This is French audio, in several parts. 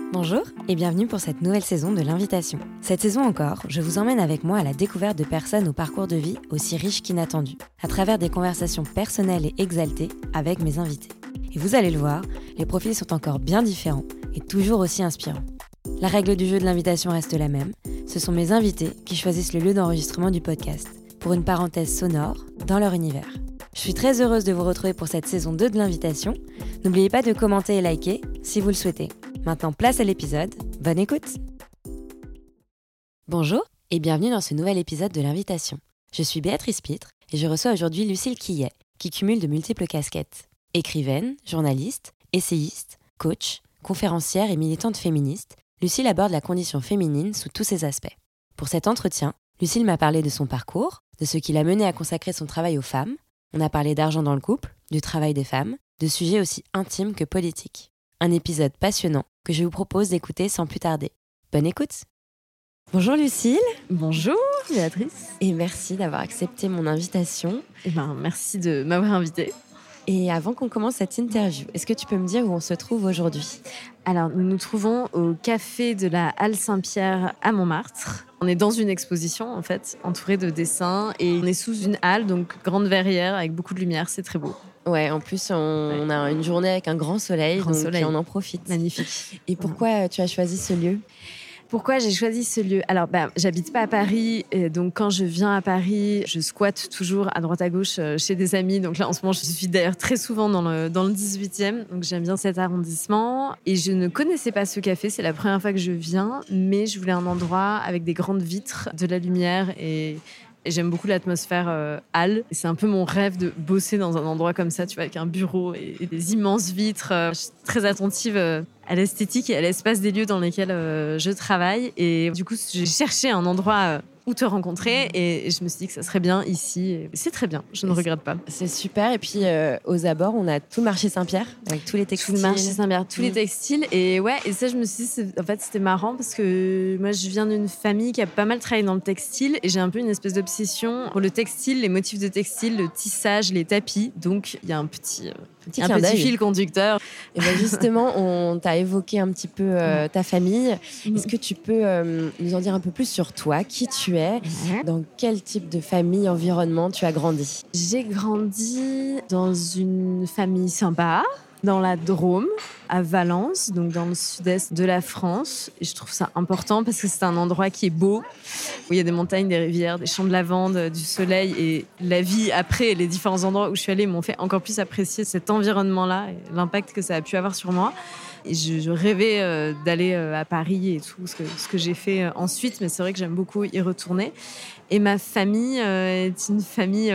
Bonjour et bienvenue pour cette nouvelle saison de l'Invitation. Cette saison encore, je vous emmène avec moi à la découverte de personnes au parcours de vie aussi riche qu'inattendu, à travers des conversations personnelles et exaltées avec mes invités. Et vous allez le voir, les profils sont encore bien différents et toujours aussi inspirants. La règle du jeu de l'invitation reste la même, ce sont mes invités qui choisissent le lieu d'enregistrement du podcast, pour une parenthèse sonore dans leur univers. Je suis très heureuse de vous retrouver pour cette saison 2 de l'Invitation. N'oubliez pas de commenter et liker si vous le souhaitez. Maintenant, place à l'épisode. Bonne écoute! Bonjour et bienvenue dans ce nouvel épisode de l'Invitation. Je suis Béatrice Pitre et je reçois aujourd'hui Lucille Quillet, qui cumule de multiples casquettes. Écrivaine, journaliste, essayiste, coach, conférencière et militante féministe, Lucille aborde la condition féminine sous tous ses aspects. Pour cet entretien, Lucille m'a parlé de son parcours, de ce qui l'a menée à consacrer son travail aux femmes. On a parlé d'argent dans le couple, du travail des femmes, de sujets aussi intimes que politiques. Un épisode passionnant que je vous propose d'écouter sans plus tarder. Bonne écoute! Bonjour Lucille. Bonjour Béatrice. Et merci d'avoir accepté mon invitation. Merci de m'avoir invitée. Et avant qu'on commence cette interview, est-ce que tu peux me dire où on se trouve aujourd'hui ? Alors, nous nous trouvons au café de la Halle Saint-Pierre à Montmartre. On est dans une exposition, en fait, entourée de dessins. Et on est sous une halle, donc grande verrière, avec beaucoup de lumière. C'est très beau. Ouais, en plus, on a une journée avec un grand soleil, on en profite. Magnifique. Et pourquoi tu as choisi ce lieu ? Pourquoi j'ai choisi ce lieu ? Alors, j'habite pas à Paris, et donc quand je viens à Paris, je squatte toujours à droite à gauche chez des amis. Donc là, en ce moment, je suis d'ailleurs très souvent dans le 18e, donc j'aime bien cet arrondissement. Et je ne connaissais pas ce café, c'est la première fois que je viens, mais je voulais un endroit avec des grandes vitres, de la lumière et j'aime beaucoup l'atmosphère halle. Et c'est un peu mon rêve de bosser dans un endroit comme ça, tu vois, avec un bureau et des immenses vitres. Je suis très attentive à l'esthétique et à l'espace des lieux dans lesquels je travaille. Et du coup, j'ai cherché un endroit où te rencontrer et je me suis dit que ça serait bien ici. Et c'est très bien, je ne regrette pas. C'est super. Et puis, aux abords, on a tout le marché Saint-Pierre, avec tous les textiles. Tout le marché Saint-Pierre, tous les textiles. Et ouais, et ça, je me suis dit, en fait, c'était marrant parce que moi, je viens d'une famille qui a pas mal travaillé dans le textile et j'ai un peu une espèce d'obsession pour le textile, les motifs de textile, le tissage, les tapis. Donc, il y a un petit fil conducteur. Et bien justement, on t'a évoqué un petit peu ta famille. Est-ce que tu peux nous en dire un peu plus sur toi, qui tu es, dans quel type de famille, environnement tu as grandi ? J'ai grandi dans une famille sympa, dans la Drôme, à Valence, donc dans le sud-est de la France. Et je trouve ça important parce que c'est un endroit qui est beau, où il y a des montagnes, des rivières, des champs de lavande, du soleil. Et la vie après, les différents endroits où je suis allée m'ont fait encore plus apprécier cet environnement-là et l'impact que ça a pu avoir sur moi. Et je rêvais d'aller à Paris et tout, ce que j'ai fait ensuite. Mais c'est vrai que j'aime beaucoup y retourner. Et ma famille est une famille...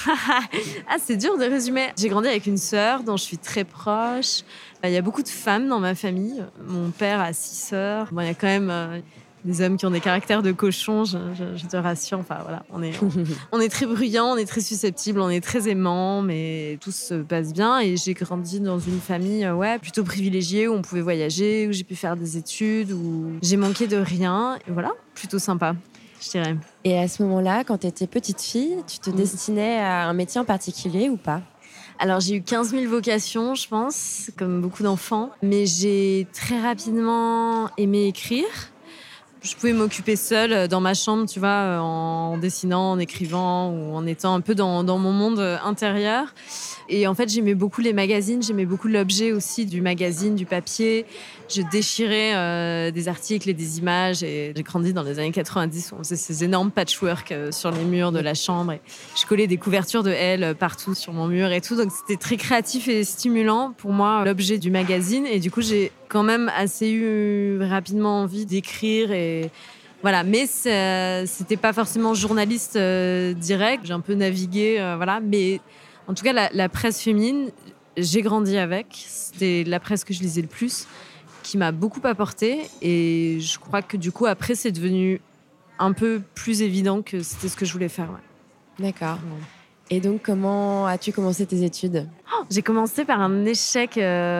c'est dur de résumer. J'ai grandi avec une sœur dont je suis très proche. Il y a beaucoup de femmes dans ma famille. Mon père a 6 sœurs. Il y a quand même des hommes qui ont des caractères de cochons, je te rassure. Enfin, voilà, on est très bruyants, on est très susceptibles, on est très aimants, mais tout se passe bien. Et j'ai grandi dans une famille plutôt privilégiée, où on pouvait voyager, où j'ai pu faire des études, où j'ai manqué de rien. Et voilà, plutôt sympa, je dirais. Et à ce moment-là, quand tu étais petite fille, tu te destinais à un métier en particulier ou pas ? Alors, j'ai eu 15 000 vocations, je pense, comme beaucoup d'enfants. Mais j'ai très rapidement aimé écrire. Je pouvais m'occuper seule dans ma chambre, tu vois, en dessinant, en écrivant ou en étant un peu dans mon monde intérieur. Et en fait, j'aimais beaucoup les magazines, j'aimais beaucoup l'objet aussi du magazine, du papier. Je déchirais des articles et des images. Et j'ai grandi dans les années 90 où on faisait ces énormes patchwork sur les murs de la chambre. Et je collais des couvertures de Elle partout sur mon mur et tout. Donc c'était très créatif et stimulant pour moi, l'objet du magazine. Et du coup, j'ai quand même assez eu rapidement envie d'écrire et... Voilà, mais c'était pas forcément journaliste direct. J'ai un peu navigué, voilà. Mais en tout cas, la presse féminine, j'ai grandi avec. C'était la presse que je lisais le plus, qui m'a beaucoup apporté. Et je crois que du coup, après, c'est devenu un peu plus évident que c'était ce que je voulais faire. Ouais. D'accord. Et donc, comment as-tu commencé tes études ? J'ai commencé par un échec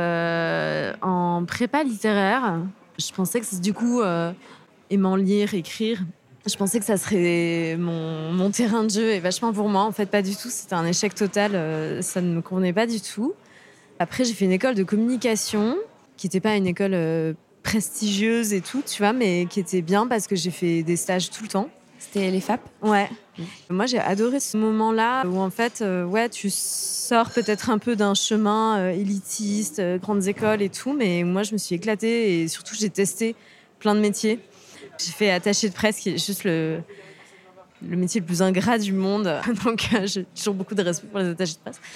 en prépa littéraire. Je pensais que c'est du coup... aimant lire, écrire. Je pensais que ça serait mon terrain de jeu et vachement pour moi. En fait, pas du tout. C'était un échec total. Ça ne me convenait pas du tout. Après, j'ai fait une école de communication qui n'était pas une école prestigieuses et tout, tu vois, mais qui étaient bien parce que j'ai fait des stages tout le temps. C'était les FAP? Ouais. Moi, j'ai adoré ce moment-là où, en fait, tu sors peut-être un peu d'un chemin élitiste, grandes écoles et tout, mais moi, je me suis éclatée et surtout, j'ai testé plein de métiers. J'ai fait attaché de presse, qui est juste le métier le plus ingrat du monde. Donc, j'ai toujours beaucoup de respect pour les attachés de presse.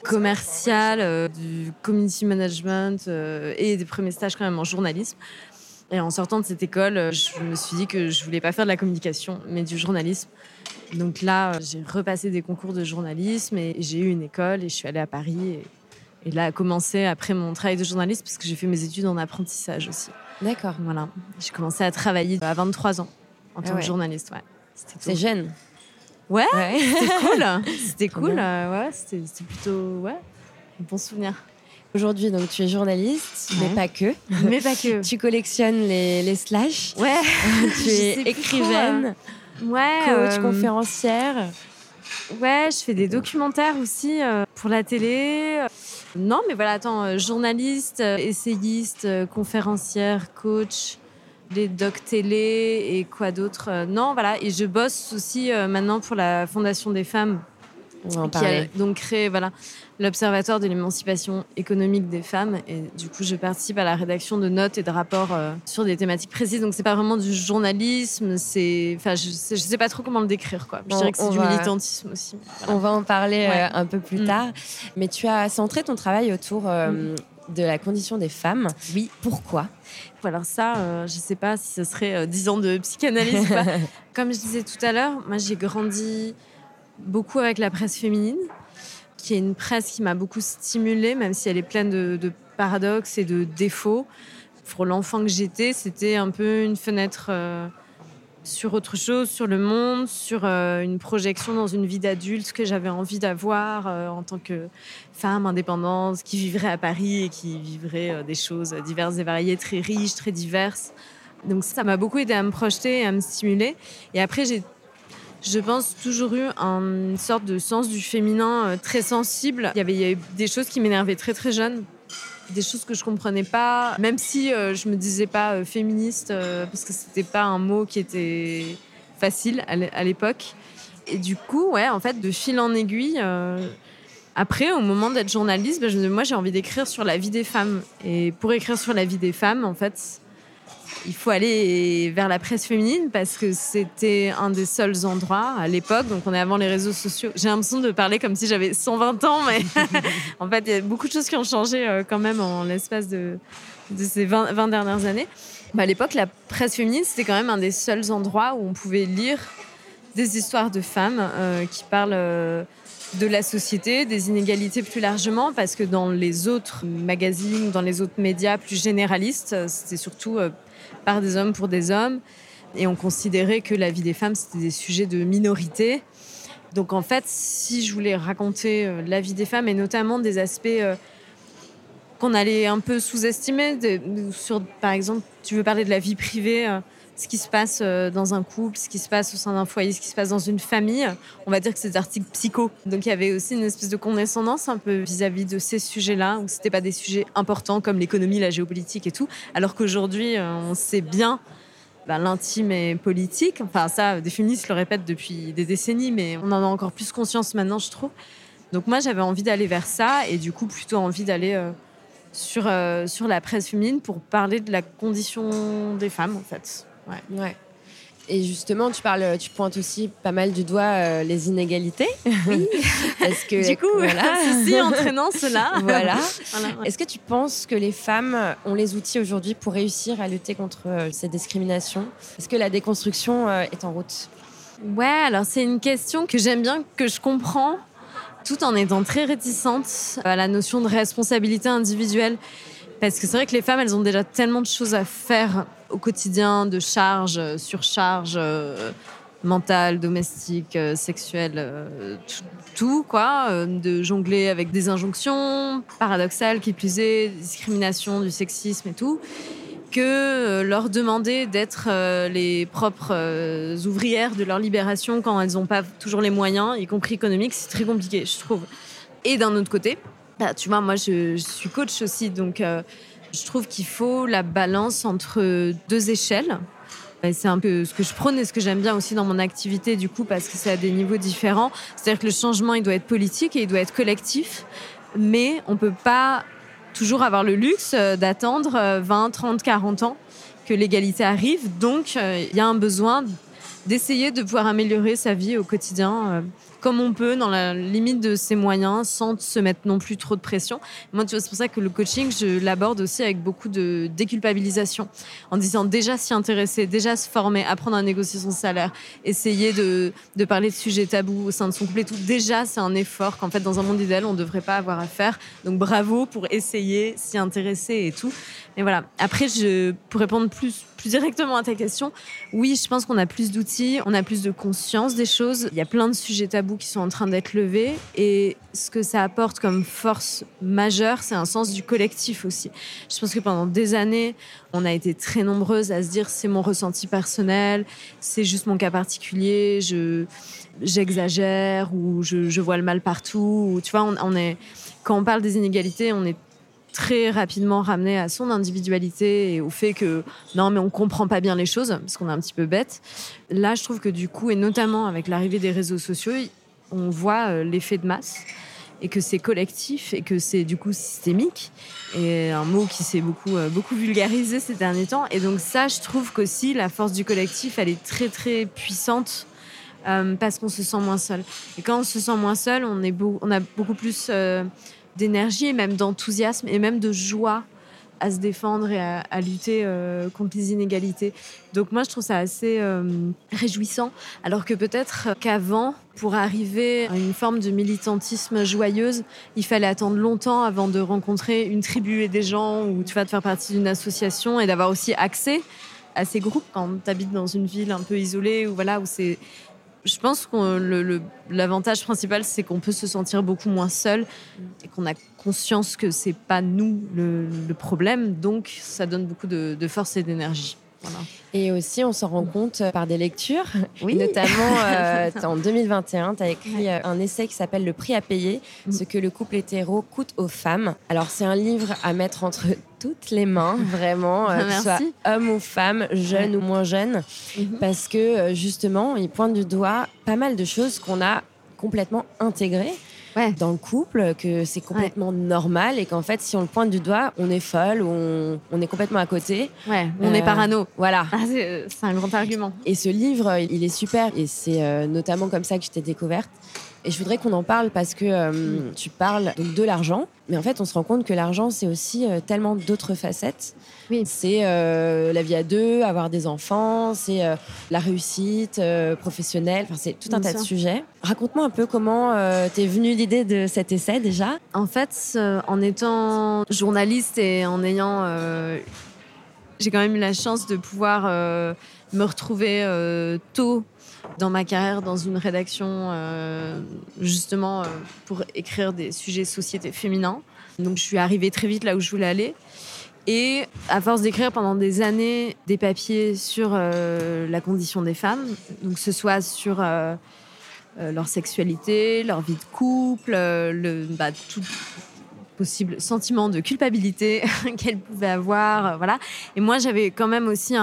Commercial, du community management et des premiers stages quand même en journalisme. Et en sortant de cette école, je me suis dit que je voulais pas faire de la communication, mais du journalisme. Donc là, j'ai repassé des concours de journalisme et j'ai eu une école et je suis allée à Paris. Et là a commencé après mon travail de journaliste parce que j'ai fait mes études en apprentissage aussi. D'accord. Voilà. J'ai commencé à travailler à 23 ans en tant que journaliste. Ouais. C'est jeune. Ouais, c'était cool. C'était cool. C'était plutôt un bon souvenir. Aujourd'hui, donc, tu es journaliste, mais pas que. Mais pas que. Tu collectionnes les slash. Ouais. Tu es écrivaine, coach, conférencière. Ouais, je fais des documentaires aussi pour la télé. Non, mais voilà, journaliste, essayiste, conférencière, coach, les docs télé et quoi d'autre. Non, voilà, et je bosse aussi maintenant pour la Fondation des femmes. Qui a donc créé l'Observatoire de l'émancipation économique des femmes. Et du coup, je participe à la rédaction de notes et de rapports sur des thématiques précises. Donc, c'est pas vraiment du journalisme. Je sais pas trop comment le décrire, quoi. Je dirais que c'est du militantisme aussi. Voilà. On va en parler un peu plus tard. Mais tu as centré ton travail autour de la condition des femmes. Oui. Pourquoi ? Alors ça, je sais pas si ce serait 10 ans de psychanalyse ou pas. Comme je disais tout à l'heure, moi, j'ai grandi beaucoup avec la presse féminine, qui est une presse qui m'a beaucoup stimulée, même si elle est pleine de paradoxes et de défauts. Pour l'enfant que j'étais, c'était un peu une fenêtre sur autre chose, sur le monde, sur une projection dans une vie d'adulte que j'avais envie d'avoir en tant que femme indépendante qui vivrait à Paris et qui vivrait des choses diverses et variées, très riches, très diverses. Donc ça m'a beaucoup aidé à me projeter et à me stimuler. Et après, je pense, toujours eu une sorte de sens du féminin très sensible. Il y a eu des choses qui m'énervaient très très jeune, des choses que je comprenais pas, même si je me disais pas féministe parce que c'était pas un mot qui était facile à l'époque. Et du coup, en fait, de fil en aiguille, après, au moment d'être journaliste, moi j'ai envie d'écrire sur la vie des femmes. Et pour écrire sur la vie des femmes, en fait, il faut aller vers la presse féminine parce que c'était un des seuls endroits à l'époque. Donc, on est avant les réseaux sociaux. J'ai l'impression de parler comme si j'avais 120 ans, mais en fait, il y a beaucoup de choses qui ont changé quand même en l'espace de ces 20 dernières années. À l'époque, la presse féminine, c'était quand même un des seuls endroits où on pouvait lire des histoires de femmes qui parlent de la société, des inégalités plus largement, parce que dans les autres magazines, dans les autres médias plus généralistes, c'était surtout par des hommes pour des hommes. Et on considérait que la vie des femmes, c'était des sujets de minorité. Donc en fait, si je voulais raconter la vie des femmes, et notamment des aspects qu'on allait un peu sous-estimer, par exemple, tu veux parler de la vie privée, ce qui se passe dans un couple, ce qui se passe au sein d'un foyer, ce qui se passe dans une famille, on va dire que c'est des articles psycho. Donc il y avait aussi une espèce de condescendance un peu vis-à-vis de ces sujets-là, où c'était pas des sujets importants comme l'économie, la géopolitique et tout, alors qu'aujourd'hui, on sait bien l'intime est politique. Enfin ça, des féministes le répètent depuis des décennies, mais on en a encore plus conscience maintenant, je trouve. Donc moi, j'avais envie d'aller vers ça, et du coup, plutôt envie d'aller sur la presse féminine pour parler de la condition des femmes, en fait. Ouais. Et justement, tu pointes aussi pas mal du doigt les inégalités. Oui. Parce que, du coup, ceci entraînant cela. Voilà. Est-ce que tu penses que les femmes ont les outils aujourd'hui pour réussir à lutter contre ces discriminations ? Est-ce que la déconstruction est en route ? Ouais, alors c'est une question que j'aime bien, que je comprends, tout en étant très réticente à la notion de responsabilité individuelle. Parce que c'est vrai que les femmes, elles ont déjà tellement de choses à faire au quotidien, de charges, surcharges mentales, domestiques, sexuelles, tout quoi, de jongler avec des injonctions paradoxales, qui plus est, discrimination, du sexisme et tout, que leur demander d'être les propres ouvrières de leur libération quand elles n'ont pas toujours les moyens, y compris économiques, c'est très compliqué, je trouve. Et d'un autre côté, tu vois, moi, je suis coach aussi, donc Je trouve qu'il faut la balance entre 2 échelles. Et c'est un peu ce que je prône et ce que j'aime bien aussi dans mon activité, du coup, parce que c'est à des niveaux différents. C'est-à-dire que le changement, il doit être politique et il doit être collectif, mais on ne peut pas toujours avoir le luxe d'attendre 20, 30, 40 ans que l'égalité arrive. Donc, il y a un besoin d'essayer de pouvoir améliorer sa vie au quotidien comme on peut, dans la limite de ses moyens, sans se mettre non plus trop de pression. Moi, tu vois, c'est pour ça que le coaching, je l'aborde aussi avec beaucoup de déculpabilisation, en disant déjà s'y intéresser, déjà se former, apprendre à négocier son salaire, essayer de parler de sujets tabous au sein de son couple et tout. Déjà, c'est un effort qu'en fait, dans un monde idéal, on ne devrait pas avoir à faire. Donc, bravo pour essayer, s'y intéresser et tout. Mais voilà. Après, pour répondre plus directement à ta question, oui, je pense qu'on a plus d'outils, on a plus de conscience des choses. Il y a plein de sujets tabous qui sont en train d'être levés. Et ce que ça apporte comme force majeure, c'est un sens du collectif aussi. Je pense que pendant des années, on a été très nombreuses à se dire c'est mon ressenti personnel, c'est juste mon cas particulier, j'exagère ou je vois le mal partout. Ou, tu vois, quand on parle des inégalités, on est très rapidement ramené à son individualité et au fait que non mais on comprend pas bien les choses parce qu'on est un petit peu bête. Là je trouve que du coup, et notamment avec l'arrivée des réseaux sociaux, on voit l'effet de masse et que c'est collectif et que c'est du coup systémique, et un mot qui s'est beaucoup vulgarisé ces derniers temps. Et donc ça, je trouve qu'aussi la force du collectif, elle est très très puissante parce qu'on se sent moins seul. Et quand on se sent moins seul, on a beaucoup plus d'énergie et même d'enthousiasme et même de joie à se défendre et à lutter contre les inégalités. Donc moi, je trouve ça assez réjouissant, alors que peut-être qu'avant, pour arriver à une forme de militantisme joyeuse, il fallait attendre longtemps avant de rencontrer une tribu et des gens, ou tu vas de faire partie d'une association et d'avoir aussi accès à ces groupes quand tu habites dans une ville un peu isolée, ou voilà, où c'est... Je pense que l'avantage principal, c'est qu'on peut se sentir beaucoup moins seul et qu'on a conscience que c'est pas nous le problème. Donc, ça donne beaucoup de force et d'énergie. Voilà. Et aussi, on s'en rend compte par des lectures. Oui. Notamment, en 2021, tu as écrit un essai qui s'appelle « Le prix à payer, ce que le couple hétéro coûte aux femmes ». Alors, c'est un livre à mettre entre toutes les mains, vraiment, que ce soit homme ou femme, jeune ou moins jeune, parce que, justement, il pointe du doigt pas mal de choses qu'on a complètement intégrées dans le couple, que c'est complètement normal et qu'en fait, si on le pointe du doigt, on est folle ou on est complètement à côté. Ouais, on est parano. Voilà. C'est un grand argument. Et ce livre, il est super et c'est notamment comme ça que je t'ai découverte. Et je voudrais qu'on en parle parce que tu parles donc de l'argent, mais en fait, on se rend compte que l'argent, c'est aussi tellement d'autres facettes. Oui. C'est la vie à deux, avoir des enfants, c'est la réussite professionnelle, enfin, c'est tout un tas de sujets. Raconte-moi un peu comment t'es venue l'idée de cet essai déjà. En fait, en étant journaliste et en ayant... j'ai quand même eu la chance de pouvoir me retrouver tôt dans ma carrière dans une rédaction justement pour écrire des sujets société féminins. Donc je suis arrivée très vite là où je voulais aller. Et à force d'écrire pendant des années des papiers sur la condition des femmes, donc que ce soit sur leur sexualité, leur vie de couple, tout possible sentiment de culpabilité qu'elles pouvaient avoir, voilà. Et moi, j'avais quand même aussi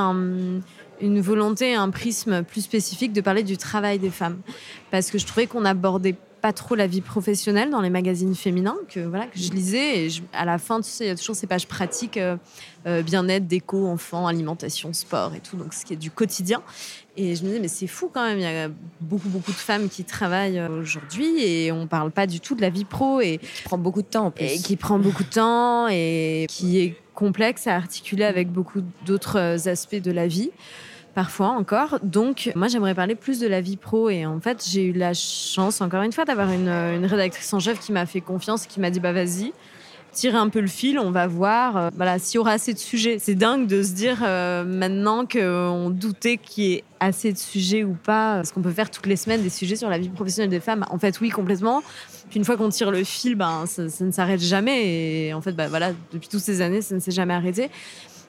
une volonté, un prisme plus spécifique de parler du travail des femmes, parce que je trouvais qu'on abordait pas trop la vie professionnelle dans les magazines féminins que je lisais, et à la fin, tu sais, il y a toujours ces pages pratiques, bien-être, déco, enfants, alimentation, sport et tout, donc ce qui est du quotidien. Et je me disais, mais c'est fou quand même, il y a beaucoup de femmes qui travaillent aujourd'hui et on parle pas du tout de la vie pro, et qui prend beaucoup de temps en plus. Et qui prend beaucoup de temps et qui est complexe à articuler avec beaucoup d'autres aspects de la vie. Parfois encore. Donc, moi, j'aimerais parler plus de la vie pro. Et en fait, j'ai eu la chance, encore une fois, d'avoir une rédactrice en chef qui m'a fait confiance, qui m'a dit, vas-y, tire un peu le fil, on va voir s'il y aura assez de sujets. C'est dingue de se dire maintenant qu'on doutait qu'il y ait assez de sujets ou pas. Parce qu'on peut faire toutes les semaines des sujets sur la vie professionnelle des femmes. En fait, oui, complètement. Puis une fois qu'on tire le fil, ça ne s'arrête jamais. Et en fait, depuis toutes ces années, ça ne s'est jamais arrêté.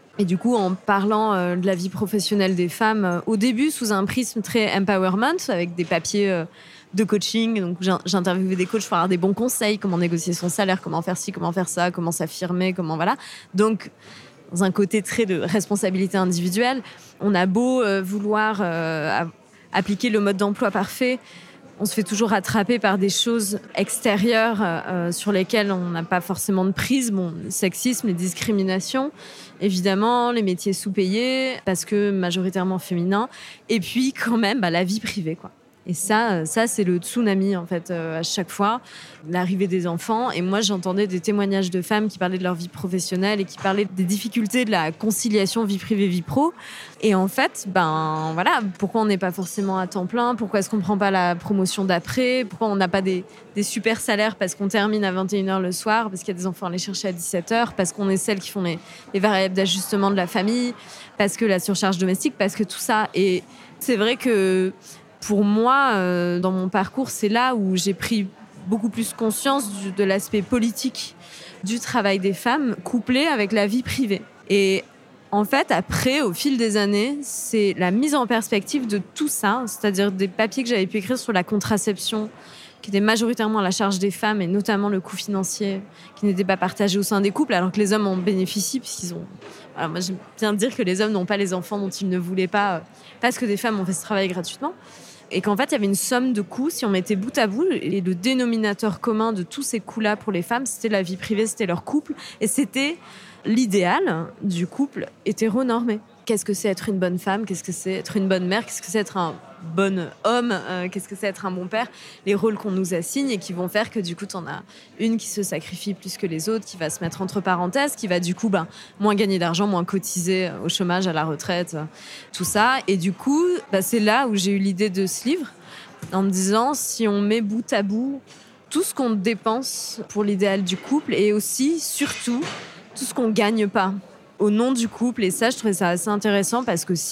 Et du coup, en parlant de la vie professionnelle des femmes, au début, sous un prisme très empowerment, avec des papiers de coaching. Donc, j'interviewais des coachs pour avoir des bons conseils, comment négocier son salaire, comment faire ci, comment faire ça, comment s'affirmer, comment voilà. Donc, dans un côté très de responsabilité individuelle, on a beau vouloir appliquer le mode d'emploi parfait, on se fait toujours rattraper par des choses extérieures sur lesquelles on n'a pas forcément de prise. Bon, le sexisme, les discriminations, évidemment, les métiers sous-payés, parce que majoritairement féminins. Et puis, quand même, la vie privée, quoi. Et ça, c'est le tsunami, en fait, à chaque fois, l'arrivée des enfants. Et moi, j'entendais des témoignages de femmes qui parlaient de leur vie professionnelle et qui parlaient des difficultés de la conciliation vie privée, vie pro. Et en fait, voilà, pourquoi on n'est pas forcément à temps plein? Pourquoi est-ce qu'on ne prend pas la promotion d'après? Pourquoi on n'a pas des super salaires parce qu'on termine à 21h le soir, parce qu'il y a des enfants à aller chercher à 17h, parce qu'on est celles qui font les variables d'ajustement de la famille, parce que la surcharge domestique, parce que tout ça. Et c'est vrai que pour moi, dans mon parcours, c'est là où j'ai pris beaucoup plus conscience de l'aspect politique du travail des femmes, couplé avec la vie privée. Et en fait, après, au fil des années, c'est la mise en perspective de tout ça, c'est-à-dire des papiers que j'avais pu écrire sur la contraception, qui était majoritairement à la charge des femmes, et notamment le coût financier, qui n'était pas partagé au sein des couples, alors que les hommes en bénéficient, puisqu'ils ont... Alors moi, j'aime bien dire que les hommes n'ont pas les enfants dont ils ne voulaient pas, parce que des femmes ont fait ce travail gratuitement. Et qu'en fait, il y avait une somme de coûts, si on mettait bout à bout, et le dénominateur commun de tous ces coûts-là pour les femmes, c'était la vie privée, c'était leur couple, et c'était l'idéal du couple hétéronormé. Qu'est-ce que c'est être une bonne femme? Qu'est-ce que c'est être une bonne mère? Qu'est-ce que c'est être un bon homme? Qu'est-ce que c'est être un bon père? Les rôles qu'on nous assigne et qui vont faire que du coup, t'en as une qui se sacrifie plus que les autres, qui va se mettre entre parenthèses, qui va du coup moins gagner d'argent, moins cotiser au chômage, à la retraite, tout ça. Et du coup, c'est là où j'ai eu l'idée de ce livre, en me disant, si on met bout à bout tout ce qu'on dépense pour l'idéal du couple et aussi, surtout, tout ce qu'on gagne pas au nom du couple. Et ça, je trouvais ça assez intéressant parce que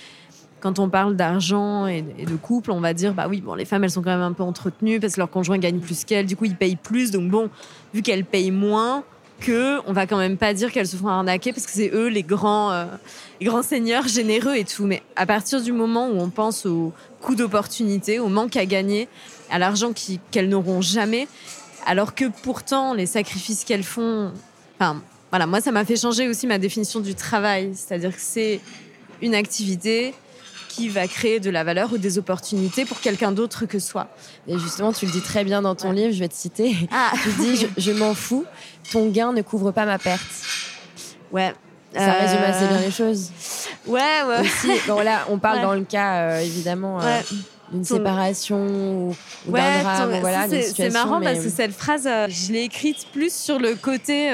quand on parle d'argent et de couple, on va dire, les femmes, elles sont quand même un peu entretenues parce que leur conjoint gagne plus qu'elles, du coup, ils payent plus. Donc bon, vu qu'elles payent moins, on va quand même pas dire qu'elles se font arnaquer parce que c'est eux les grands seigneurs généreux et tout. Mais à partir du moment où on pense au coût d'opportunité, au manque à gagner, à l'argent qu'elles n'auront jamais, alors que pourtant, les sacrifices qu'elles font... Voilà, moi, ça m'a fait changer aussi ma définition du travail. C'est-à-dire que c'est une activité qui va créer de la valeur ou des opportunités pour quelqu'un d'autre que soi. Et justement, tu le dis très bien dans ton livre, je vais te citer. Tu dis, je m'en fous, ton gain ne couvre pas ma perte. Ouais. Ça résume assez bien les choses. Ouais. Aussi, là, on parle dans le cas, évidemment... d'une séparation ou d'un drame, d'une situation. C'est marrant parce que cette phrase, je l'ai écrite plus sur le côté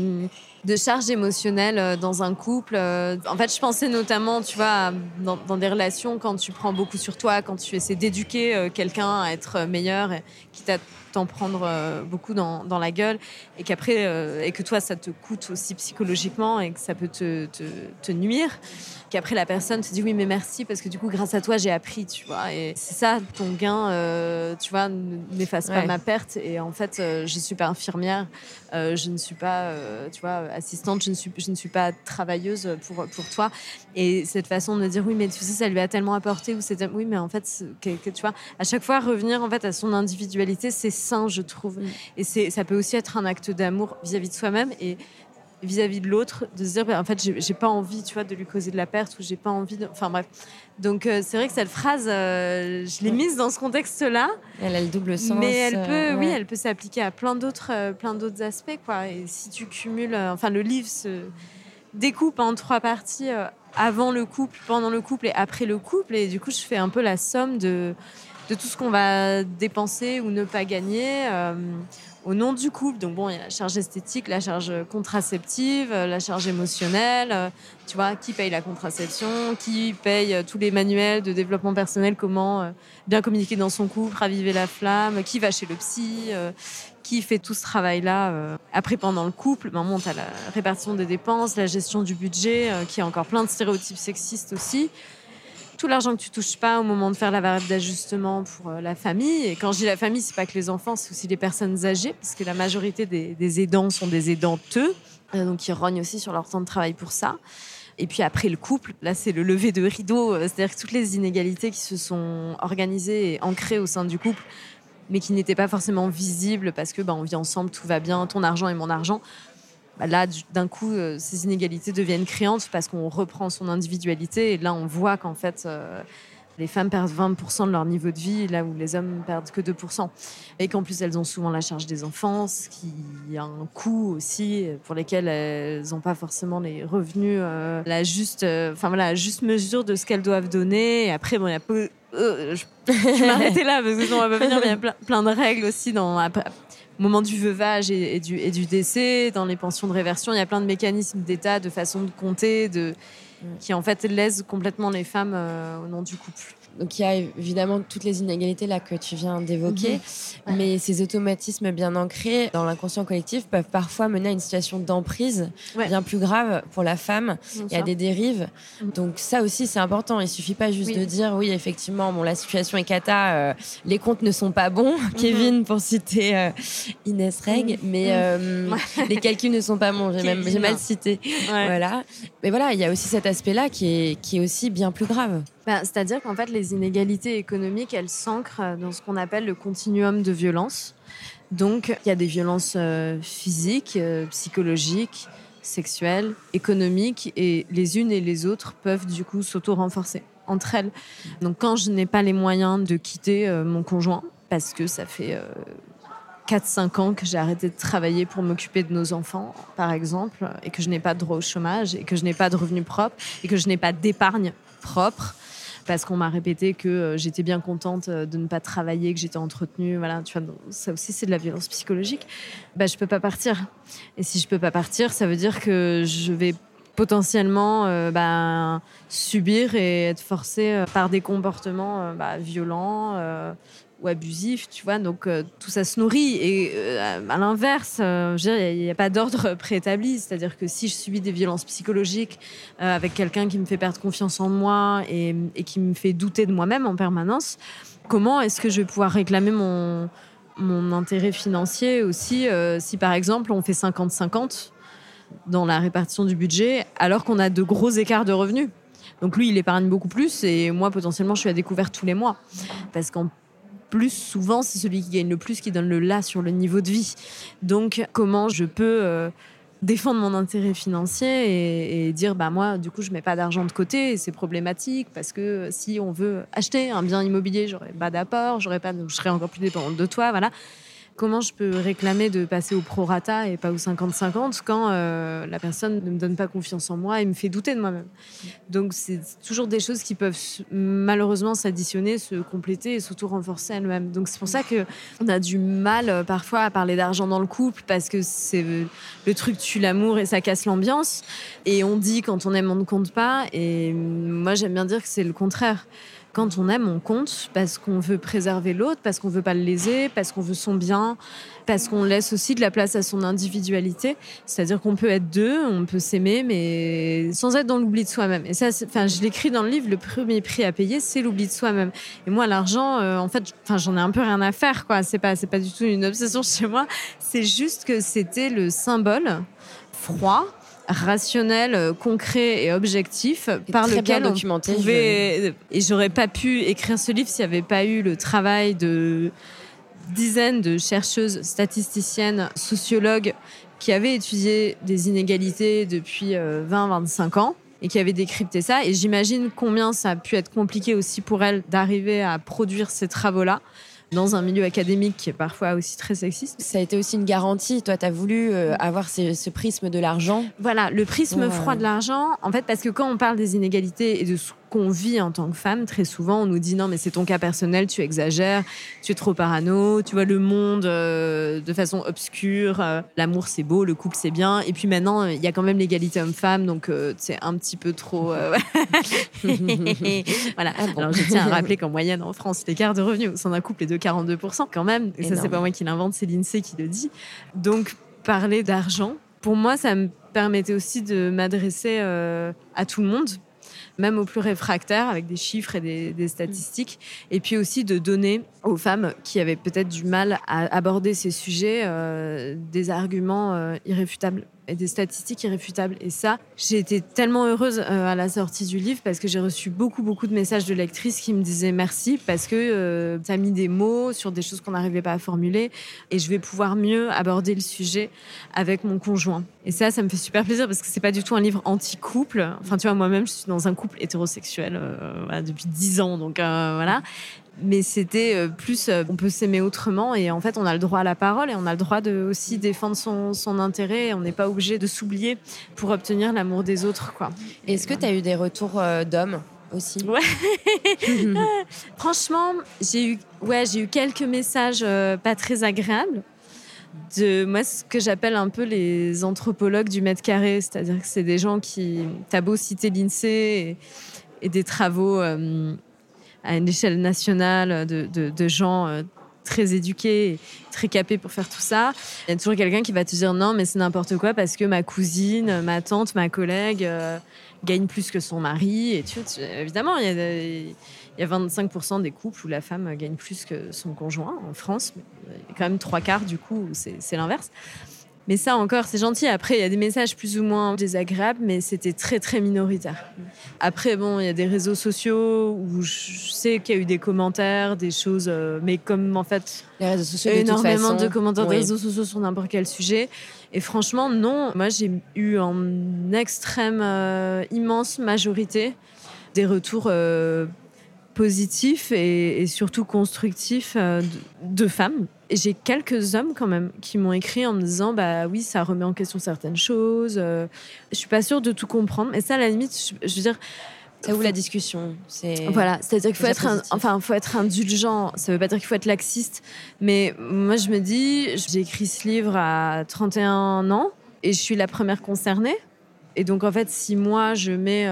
de charge émotionnelle dans un couple. En fait, je pensais notamment, tu vois, dans des relations, quand tu prends beaucoup sur toi, quand tu essaies d'éduquer quelqu'un à être meilleur, quitte à t'en prendre beaucoup dans la gueule, et qu'après, et que toi, ça te coûte aussi psychologiquement et que ça peut te nuire. Qu'après la personne te dit oui mais merci parce que du coup grâce à toi j'ai appris, tu vois, et c'est ça ton gain, tu vois, n'efface pas ma perte. Et en fait je suis pas infirmière, je ne suis pas tu vois, assistante, je ne suis pas travailleuse pour toi. Et cette façon de me dire oui mais tu sais ça lui a tellement apporté, ou oui mais en fait tu vois, à chaque fois revenir en fait à son individualité, c'est sain, je trouve. Et ça peut aussi être un acte d'amour vis-à-vis de soi-même et vis-à-vis de l'autre, de se dire en fait j'ai pas envie, tu vois, de lui causer de la perte, ou j'ai pas envie de... Enfin bref, donc c'est vrai que cette phrase je l'ai mise dans ce contexte-là, elle a le double sens, mais elle peut s'appliquer à plein d'autres aspects, quoi. Et si tu cumules, le livre se découpe en 3 parties, avant le couple, pendant le couple et après le couple, et du coup je fais un peu la somme de tout ce qu'on va dépenser ou ne pas gagner au nom du couple. Donc bon, il y a la charge esthétique, la charge contraceptive, la charge émotionnelle, tu vois, qui paye la contraception, qui paye tous les manuels de développement personnel, comment bien communiquer dans son couple, raviver la flamme, qui va chez le psy, qui fait tout ce travail-là. Après, pendant le couple, on a la répartition des dépenses, la gestion du budget, qui a encore plein de stéréotypes sexistes aussi. Tout l'argent que tu touches pas au moment de faire la variable d'ajustement pour la famille. Et quand je dis la famille, c'est pas que les enfants, c'est aussi les personnes âgées, parce que la majorité des aidants sont des aidanteux, donc ils rognent aussi sur leur temps de travail pour ça. Et puis après le couple, là c'est le lever de rideau, c'est-à-dire que toutes les inégalités qui se sont organisées et ancrées au sein du couple, mais qui n'étaient pas forcément visibles parce que on vit ensemble, tout va bien, ton argent et mon argent. Là, d'un coup, ces inégalités deviennent criantes parce qu'on reprend son individualité et là, on voit qu'en fait, les femmes perdent 20% de leur niveau de vie, là où les hommes perdent que 2%. Et qu'en plus, elles ont souvent la charge des enfants, ce qui a un coût aussi, pour lesquels elles n'ont pas forcément les revenus, la juste mesure de ce qu'elles doivent donner. Et après, il y a peu... je vais m'arrêter là, parce que sinon, on va pas venir, mais il y a plein de règles aussi au moment du veuvage et du décès, dans les pensions de réversion, il y a plein de mécanismes d'État, de façon de compter, qui en fait lèsent complètement les femmes au nom du couple. Donc il y a évidemment toutes les inégalités là que tu viens d'évoquer, mais ces automatismes bien ancrés dans l'inconscient collectif peuvent parfois mener à une situation d'emprise bien plus grave pour la femme. Il y a des dérives. Donc ça aussi c'est important. Il suffit pas juste de dire oui effectivement la situation est cata, les comptes ne sont pas bons, Kevin pour citer Inès Reg, mais les calculs ne sont pas bons. J'ai mal cité. Voilà. Mais voilà, il y a aussi cet aspect-là qui est aussi bien plus grave. C'est-à-dire qu'en fait, les inégalités économiques, elles s'ancrent dans ce qu'on appelle le continuum de violence. Donc, il y a des violences physiques, psychologiques, sexuelles, économiques, et les unes et les autres peuvent du coup s'auto-renforcer entre elles. Donc, quand je n'ai pas les moyens de quitter mon conjoint, parce que ça fait 4-5 ans que j'ai arrêté de travailler pour m'occuper de nos enfants, par exemple, et que je n'ai pas de droit au chômage, et que je n'ai pas de revenus propres, et que je n'ai pas d'épargne propre, parce qu'on m'a répété que j'étais bien contente de ne pas travailler, que j'étais entretenue. Voilà, tu vois, ça aussi, c'est de la violence psychologique. Je peux pas partir. Et si je peux pas partir, ça veut dire que je vais potentiellement subir et être forcée par des comportements violents ou abusifs, tu vois. Donc, tout ça se nourrit. Et à l'inverse, il n'y a pas d'ordre préétabli. C'est-à-dire que si je subis des violences psychologiques avec quelqu'un qui me fait perdre confiance en moi et qui me fait douter de moi-même en permanence, comment est-ce que je vais pouvoir réclamer mon intérêt financier aussi si, par exemple, on fait 50-50 dans la répartition du budget, alors qu'on a de gros écarts de revenus. Donc lui, il épargne beaucoup plus et moi, potentiellement, je suis à découvert tous les mois. Parce qu'en plus, souvent, c'est celui qui gagne le plus qui donne le là sur le niveau de vie. Donc, comment je peux défendre mon intérêt financier et dire, moi, du coup, je mets pas d'argent de côté et c'est problématique parce que si on veut acheter un bien immobilier, j'aurais pas d'apport, je serais encore plus dépendante de toi, voilà. Comment je peux réclamer de passer au prorata et pas au 50-50 quand la personne ne me donne pas confiance en moi et me fait douter de moi-même. Donc, c'est toujours des choses qui peuvent malheureusement s'additionner, se compléter et s'auto-renforcer elles-mêmes. Donc, c'est pour ça qu'on a du mal parfois à parler d'argent dans le couple parce que c'est le truc tue l'amour et ça casse l'ambiance. Et on dit quand on aime, on ne compte pas. Et moi, j'aime bien dire que c'est le contraire. Quand on aime, on compte parce qu'on veut préserver l'autre, parce qu'on veut pas le léser, parce qu'on veut son bien, parce qu'on laisse aussi de la place à son individualité. C'est-à-dire qu'on peut être deux, on peut s'aimer, mais sans être dans l'oubli de soi-même. Et ça, je l'écris dans le livre, le premier prix à payer, c'est l'oubli de soi-même. Et moi, l'argent, en fait, j'en ai un peu rien à faire, quoi. C'est pas du tout une obsession chez moi. C'est juste que c'était le symbole froid, rationnel, concret et objectif par lequel on pouvait... Et j'aurais pas pu écrire ce livre s'il n'y avait pas eu le travail de dizaines de chercheuses, statisticiennes, sociologues qui avaient étudié des inégalités depuis 20-25 ans et qui avaient décrypté ça. Et j'imagine combien ça a pu être compliqué aussi pour elles d'arriver à produire ces travaux-là dans un milieu académique qui est parfois aussi très sexiste. Ça a été aussi une garantie. Toi, tu as voulu avoir ce prisme de l'argent. Voilà, le prisme froid de l'argent. En fait, parce que quand on parle des inégalités et de ce qu'on vit en tant que femme, très souvent, on nous dit « Non, mais c'est ton cas personnel, tu exagères, tu es trop parano, tu vois le monde de façon obscure, l'amour, c'est beau, le couple, c'est bien. Et puis maintenant, il y a quand même l'égalité homme-femme, donc c'est un petit peu trop... Voilà. Ah bon. Alors, je tiens à rappeler qu'en moyenne, en France, l'écart de revenus au sein d'un couple est de 42% quand même. Et ça, c'est pas moi qui l'invente, c'est l'INSEE qui le dit. Donc, parler d'argent, pour moi, ça me permettait aussi de m'adresser à tout le monde, même aux plus réfractaires, avec des chiffres et des statistiques, et puis aussi de donner aux femmes qui avaient peut-être du mal à aborder ces sujets des arguments irréfutables. et des statistiques irréfutables. Et ça, j'ai été tellement heureuse à la sortie du livre parce que j'ai reçu beaucoup de messages de lectrices qui me disaient merci parce que tu as mis des mots sur des choses qu'on n'arrivait pas à formuler et je vais pouvoir mieux aborder le sujet avec mon conjoint. Et ça me fait super plaisir parce que c'est pas du tout un livre anti-couple. Enfin, tu vois, moi-même, je suis dans un couple hétérosexuel depuis 10 ans, donc voilà. Mais c'était plus, on peut s'aimer autrement et en fait, on a le droit à la parole et on a le droit de aussi défendre son intérêt et on n'est pas obligé de s'oublier pour obtenir l'amour des autres, quoi. Est-ce que tu as eu des retours d'hommes aussi? Ouais. Franchement, j'ai eu quelques messages pas très agréables. De moi, ce que j'appelle un peu les anthropologues du mètre carré, c'est-à-dire que c'est des gens qui, t'as beau citer l'INSEE et des travaux à une échelle nationale de gens très éduqués, très capés pour faire tout ça. Il y a toujours quelqu'un qui va te dire non, mais c'est n'importe quoi parce que ma cousine, ma tante, ma collègue gagne plus que son mari. Et évidemment, il y a 25% des couples où la femme gagne plus que son conjoint en France. Mais il y a quand même 3/4 du coup où c'est l'inverse. Mais ça encore, c'est gentil. Après, il y a des messages plus ou moins désagréables, mais c'était très, très minoritaire. Après, bon, il y a des réseaux sociaux où je sais qu'il y a eu des commentaires, des choses... mais comme, en fait, les réseaux sociaux, énormément de commentaires de réseaux sociaux sur n'importe quel sujet. Et franchement, non. Moi, j'ai eu en extrême, immense majorité des retours positifs et surtout constructifs de femmes. Et j'ai quelques hommes quand même qui m'ont écrit en me disant bah oui, ça remet en question certaines choses. Je suis pas sûre de tout comprendre, mais ça à la limite, je veux dire, ça ouvre la discussion. Voilà, c'est-à-dire qu'il faut être indulgent. Ça veut pas dire qu'il faut être laxiste, mais moi je me dis, j'ai écrit ce livre à 31 ans et je suis la première concernée. Et donc en fait, si moi je mets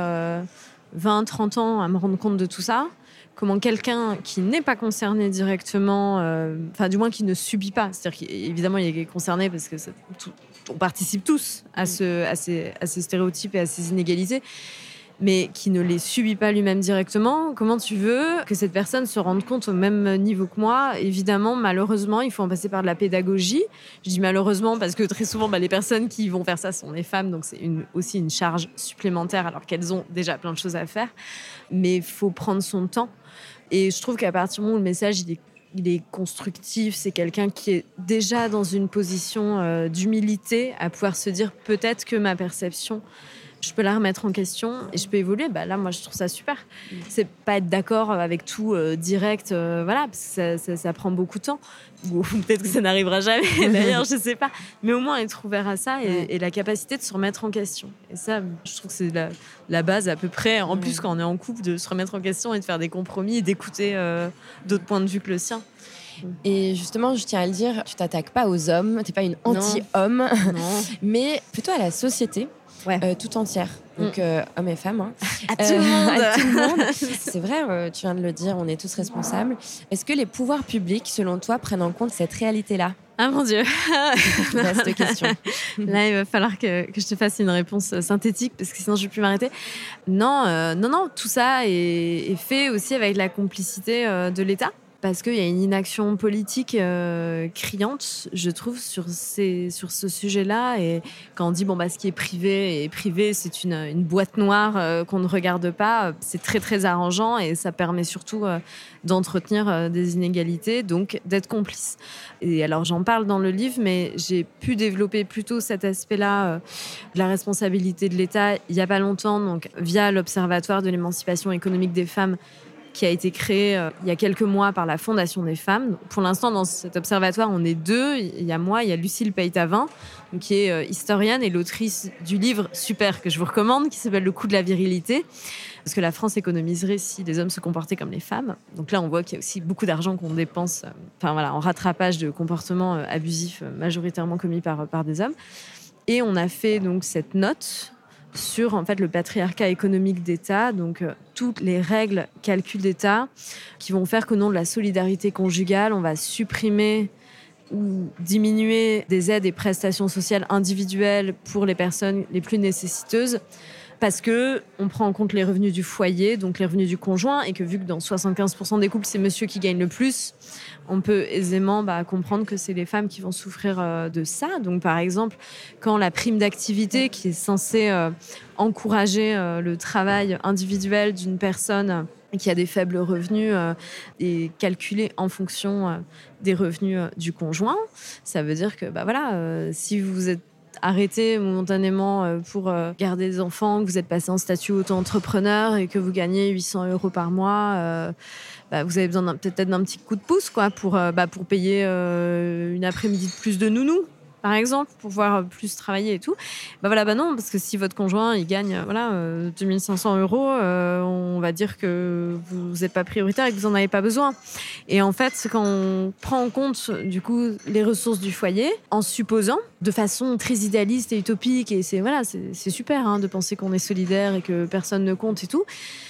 20-30 ans à me rendre compte de tout ça, comment quelqu'un qui n'est pas concerné directement, du moins qui ne subit pas, c'est-à-dire qu'évidemment il est concerné parce que on participe tous à ces stéréotypes et à ces inégalités, mais qui ne les subit pas lui-même directement, comment tu veux que cette personne se rende compte au même niveau que moi? Évidemment, malheureusement, il faut en passer par de la pédagogie. Je dis malheureusement parce que très souvent, les personnes qui vont faire ça sont les femmes, donc c'est aussi une charge supplémentaire alors qu'elles ont déjà plein de choses à faire. Mais il faut prendre son temps. Et je trouve qu'à partir du moment où le message il est constructif, c'est quelqu'un qui est déjà dans une position d'humilité à pouvoir se dire peut-être que ma perception, je peux la remettre en question et je peux évoluer. Là, moi, je trouve ça super. C'est pas être d'accord avec tout direct, voilà, parce que ça prend beaucoup de temps. Ou peut-être que ça n'arrivera jamais, d'ailleurs, je sais pas. Mais au moins être ouvert à ça et la capacité de se remettre en question. Et ça, je trouve que c'est la base à peu près. En plus, quand on est en couple, de se remettre en question et de faire des compromis et d'écouter d'autres points de vue que le sien. Et justement, je tiens à le dire, tu t'attaques pas aux hommes, t'es pas une anti-homme, mais plutôt à la société. Tout entière, donc hommes et femmes. À tout le monde. À tout le monde. C'est vrai, tu viens de le dire, on est tous responsables. Est-ce que les pouvoirs publics, selon toi, prennent en compte cette réalité-là? Ah mon Dieu. Vaste question. Là, il va falloir que je te fasse une réponse synthétique parce que sinon je ne vais plus m'arrêter. Non, tout ça est fait aussi avec la complicité de l'État. Parce qu'il y a une inaction politique criante, je trouve, sur ce sujet-là. Et quand on dit ce qui est privé, c'est une boîte noire qu'on ne regarde pas, c'est très, très arrangeant et ça permet surtout d'entretenir des inégalités, donc d'être complice. Et alors, j'en parle dans le livre, mais j'ai pu développer plutôt cet aspect-là de la responsabilité de l'État il n'y a pas longtemps, donc via l'Observatoire de l'émancipation économique des femmes, qui a été créé il y a quelques mois par la Fondation des femmes. Pour l'instant, dans cet observatoire, on est deux. Il y a moi, il y a Lucille Peytavin, qui est historienne et l'autrice du livre super que je vous recommande, qui s'appelle « Le coût de la virilité ». Parce que la France économiserait si les hommes se comportaient comme les femmes. Donc là, on voit qu'il y a aussi beaucoup d'argent qu'on dépense en rattrapage de comportements abusifs majoritairement commis par des hommes. Et on a fait donc cette note sur en fait le patriarcat économique d'État, donc toutes les règles calcul d'État qui vont faire qu'au nom de la solidarité conjugale, on va supprimer ou diminuer des aides et prestations sociales individuelles pour les personnes les plus nécessiteuses Parce qu'on prend en compte les revenus du foyer, donc les revenus du conjoint, et que vu que dans 75% des couples, c'est monsieur qui gagne le plus, on peut aisément comprendre que c'est les femmes qui vont souffrir de ça. Donc par exemple, quand la prime d'activité qui est censée encourager le travail individuel d'une personne qui a des faibles revenus est calculée en fonction des revenus du conjoint, ça veut dire que si vous êtes arrêté momentanément pour garder des enfants, que vous êtes passé en statut auto-entrepreneur et que vous gagnez 800 € par mois, vous avez besoin peut-être d'un petit coup de pouce pour payer une après-midi de plus de nounou, par exemple, pour pouvoir plus travailler et tout. Non, parce que si votre conjoint il gagne 2500 €, on va dire que vous n'êtes pas prioritaire et que vous n'en avez pas besoin. Et en fait, quand on prend en compte du coup les ressources du foyer, en supposant de façon très idéaliste et utopique, et c'est super de penser qu'on est solidaire et que personne ne compte et tout.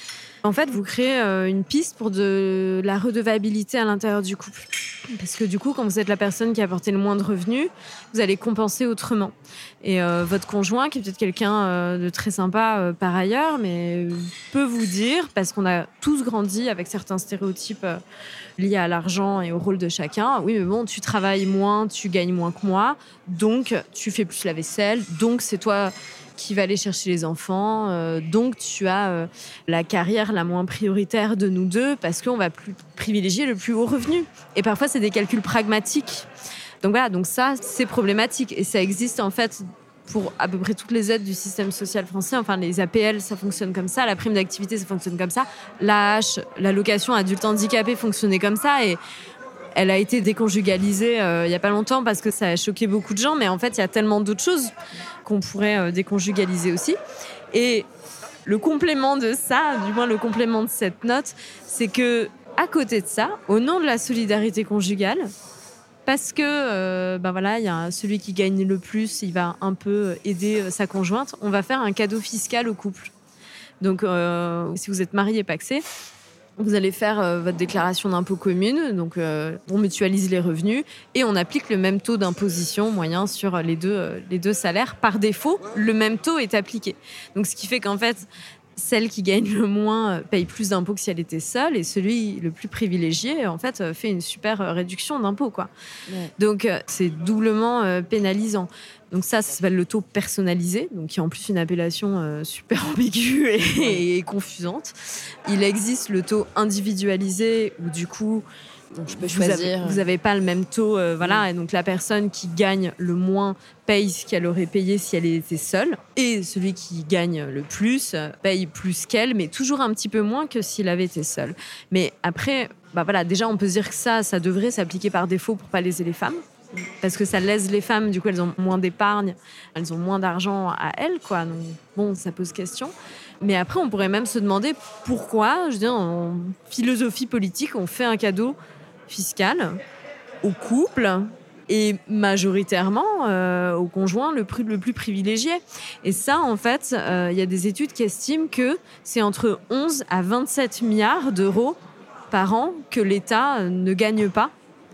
En fait, vous créez une piste pour de la redevabilité à l'intérieur du couple. Parce que du coup, quand vous êtes la personne qui a apporté le moins de revenus, vous allez compenser autrement. Et votre conjoint, qui est peut-être quelqu'un de très sympa par ailleurs, mais peut vous dire, parce qu'on a tous grandi avec certains stéréotypes liés à l'argent et au rôle de chacun, oui, mais bon, tu travailles moins, tu gagnes moins que moi, donc tu fais plus la vaisselle, donc c'est toi qui va aller chercher les enfants, donc tu as la carrière la moins prioritaire de nous deux parce qu'on va plus privilégier le plus haut revenu. Et parfois, c'est des calculs pragmatiques. Donc ça, c'est problématique. Et ça existe en fait pour à peu près toutes les aides du système social français. Enfin, les APL, ça fonctionne comme ça. La prime d'activité, ça fonctionne comme ça. L'AH, l'allocation adulte handicapé, fonctionnait comme ça. Et elle a été déconjugalisée il n'y a pas longtemps parce que ça a choqué beaucoup de gens. Mais en fait, il y a tellement d'autres choses qu'on pourrait déconjugaliser aussi. Et le complément de ça, du moins le complément de cette note, c'est que à côté de ça, au nom de la solidarité conjugale, parce que il y a celui qui gagne le plus, il va un peu aider sa conjointe, on va faire un cadeau fiscal au couple. Donc, si vous êtes marié et pacsé, vous allez faire votre déclaration d'impôt commune, donc on mutualise les revenus et on applique le même taux d'imposition moyen sur les deux salaires. Par défaut, le même taux est appliqué. Donc ce qui fait qu'en fait, celle qui gagne le moins paye plus d'impôts que si elle était seule, et celui le plus privilégié, en fait, fait une super réduction d'impôts, quoi. Ouais. Donc c'est doublement pénalisant. Donc ça s'appelle le taux personnalisé, donc qui est en plus une appellation super ambiguë et confusante. Il existe le taux individualisé, où du coup, donc je peux choisir. Vous n'avez pas le même taux, et donc la personne qui gagne le moins paye ce qu'elle aurait payé si elle était seule, et celui qui gagne le plus paye plus qu'elle, mais toujours un petit peu moins que s'il avait été seul. Mais après, déjà on peut se dire que ça devrait s'appliquer par défaut pour pas léser les femmes. Parce que ça lèse les femmes, du coup elles ont moins d'épargne, elles ont moins d'argent à elles, quoi. Donc bon, ça pose question. Mais après, on pourrait même se demander pourquoi, en philosophie politique, on fait un cadeau fiscal au couple et majoritairement au conjoint le plus privilégié. Et ça, en fait, il y a des études qui estiment que c'est entre 11 à 27 milliards d'euros par an que l'État ne gagne pas.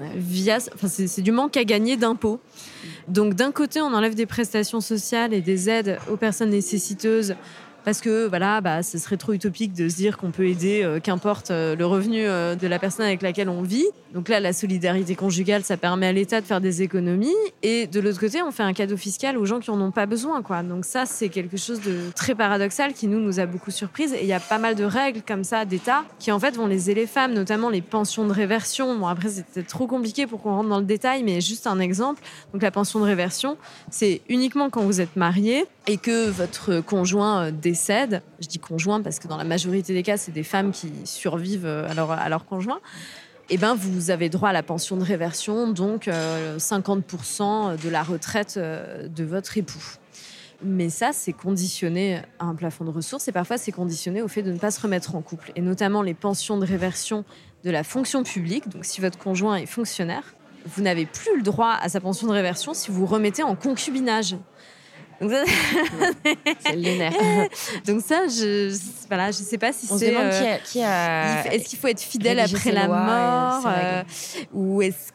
C'est du manque à gagner d'impôts. Donc d'un côté, on enlève des prestations sociales et des aides aux personnes nécessiteuses parce que ce serait trop utopique de se dire qu'on peut aider qu'importe le revenu de la personne avec laquelle on vit. Donc là, la solidarité conjugale, ça permet à l'État de faire des économies, et de l'autre côté, on fait un cadeau fiscal aux gens qui en ont pas besoin, quoi. Donc ça, c'est quelque chose de très paradoxal qui nous a beaucoup surprises, et il y a pas mal de règles comme ça d'État qui en fait vont léser les femmes, notamment les pensions de réversion. Bon, après, c'est peut-être trop compliqué pour qu'on rentre dans le détail, mais juste un exemple. Donc la pension de réversion, c'est uniquement quand vous êtes marié et que votre conjoint décède. Je dis conjoint parce que dans la majorité des cas, c'est des femmes qui survivent à leur conjoint. Et vous avez droit à la pension de réversion, donc 50% de la retraite de votre époux. Mais ça, c'est conditionné à un plafond de ressources, et parfois c'est conditionné au fait de ne pas se remettre en couple. Et notamment les pensions de réversion de la fonction publique. Donc si votre conjoint est fonctionnaire, vous n'avez plus le droit à sa pension de réversion si vous vous remettez en concubinage. Donc ça, c'est lunaire. Donc ça, je sais pas si on c'est... se demande qui a... Est-ce qu'il faut être fidèle après la mort ou est-ce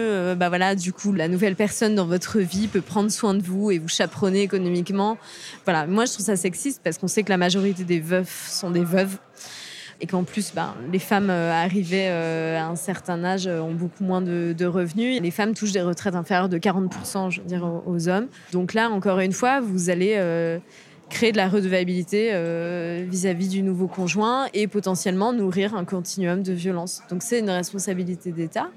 que, du coup, la nouvelle personne dans votre vie peut prendre soin de vous et vous chaperonner économiquement. Voilà, moi, je trouve ça sexiste parce qu'on sait que la majorité des veufs sont des veuves. Et qu'en plus, les femmes arrivées à un certain âge ont beaucoup moins de revenus. Les femmes touchent des retraites inférieures de 40%, je veux dire, aux hommes. Donc là, encore une fois, vous allez créer de la redevabilité vis-à-vis du nouveau conjoint et potentiellement nourrir un continuum de violence. Donc c'est une responsabilité d'État.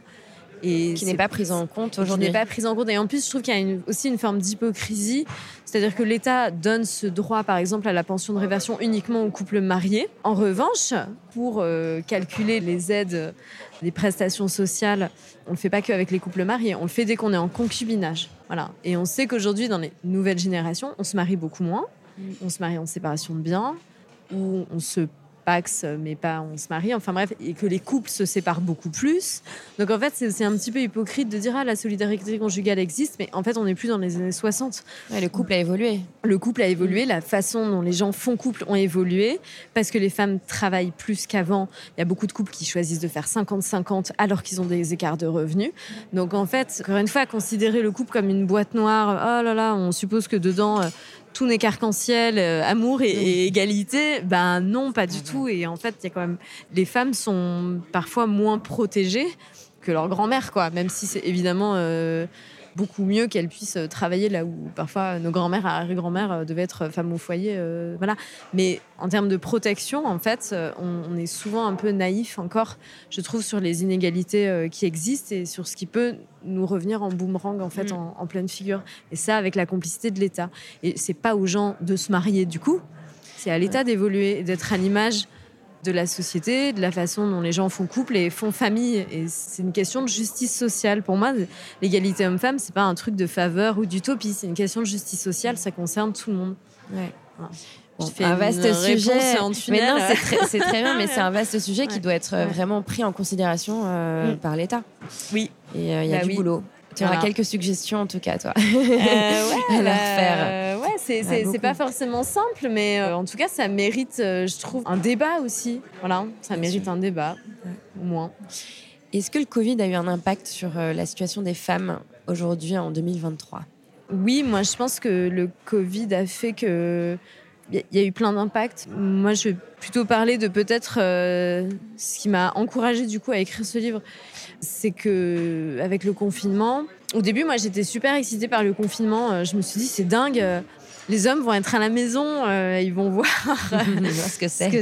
Et qui n'est pas prise en compte aujourd'hui. Qui n'est pas prise en compte. Et en plus, je trouve qu'il y a aussi une forme d'hypocrisie. C'est-à-dire que l'État donne ce droit, par exemple, à la pension de réversion uniquement aux couples mariés. En revanche, pour calculer les aides, les prestations sociales, on ne le fait pas qu'avec les couples mariés. On le fait dès qu'on est en concubinage. Voilà. Et on sait qu'aujourd'hui, dans les nouvelles générations, on se marie beaucoup moins. On se marie en séparation de biens, ou on se paxe, mais pas on se marie, enfin bref, et que les couples se séparent beaucoup plus. Donc en fait, c'est un petit peu hypocrite de dire la solidarité conjugale existe, mais en fait, on n'est plus dans les années 60. Ouais, le couple a évolué. Le couple a évolué, la façon dont les gens font couple ont évolué, parce que les femmes travaillent plus qu'avant. Il y a beaucoup de couples qui choisissent de faire 50-50 alors qu'ils ont des écarts de revenus. Donc en fait, encore une fois, considérer le couple comme une boîte noire, oh là là, on suppose que dedans... tout n'est qu'arc-en-ciel, amour et égalité, non, pas du tout. Et en fait, il y a quand même... les femmes sont parfois moins protégées que leur grand-mère, quoi. Même si c'est évidemment beaucoup mieux qu'elles puissent travailler là où parfois nos grands-mères, arrière-grand-mères devaient être femmes au foyer. Voilà. Mais en termes de protection, en fait, on est souvent un peu naïf encore, je trouve, sur les inégalités qui existent et sur ce qui peut nous revenir en boomerang, en fait, en pleine figure. Et ça, avec la complicité de l'État. Et c'est pas aux gens de se marier, du coup. C'est à l'État d'évoluer et d'être à l'image de la société, de la façon dont les gens font couple et font famille. Et c'est une question de justice sociale. Pour moi, l'égalité homme-femme, c'est pas un truc de faveur ou d'utopie. C'est une question de justice sociale. Ça concerne tout le monde. Ouais. Voilà. Bon, un vaste sujet. Mais non, c'est très bien, mais c'est un vaste sujet qui doit être vraiment pris en considération par l'État. Oui. Et il y a du boulot. Tu auras quelques suggestions, en tout cas, toi, à leur faire. C'est pas forcément simple, mais en tout cas, ça mérite, je trouve, un débat aussi. Voilà, ça mérite un débat, au moins. Est-ce que le Covid a eu un impact sur la situation des femmes aujourd'hui, en 2023 ? Oui, moi, je pense que le Covid a fait que... Il y a eu plein d'impacts. Moi, je vais plutôt parler de peut-être ce qui m'a encouragée du coup à écrire ce livre. C'est que avec le confinement, au début, moi, j'étais super excitée par le confinement. Je me suis dit, c'est dingue. Les hommes vont être à la maison, ils vont voir ce que c'est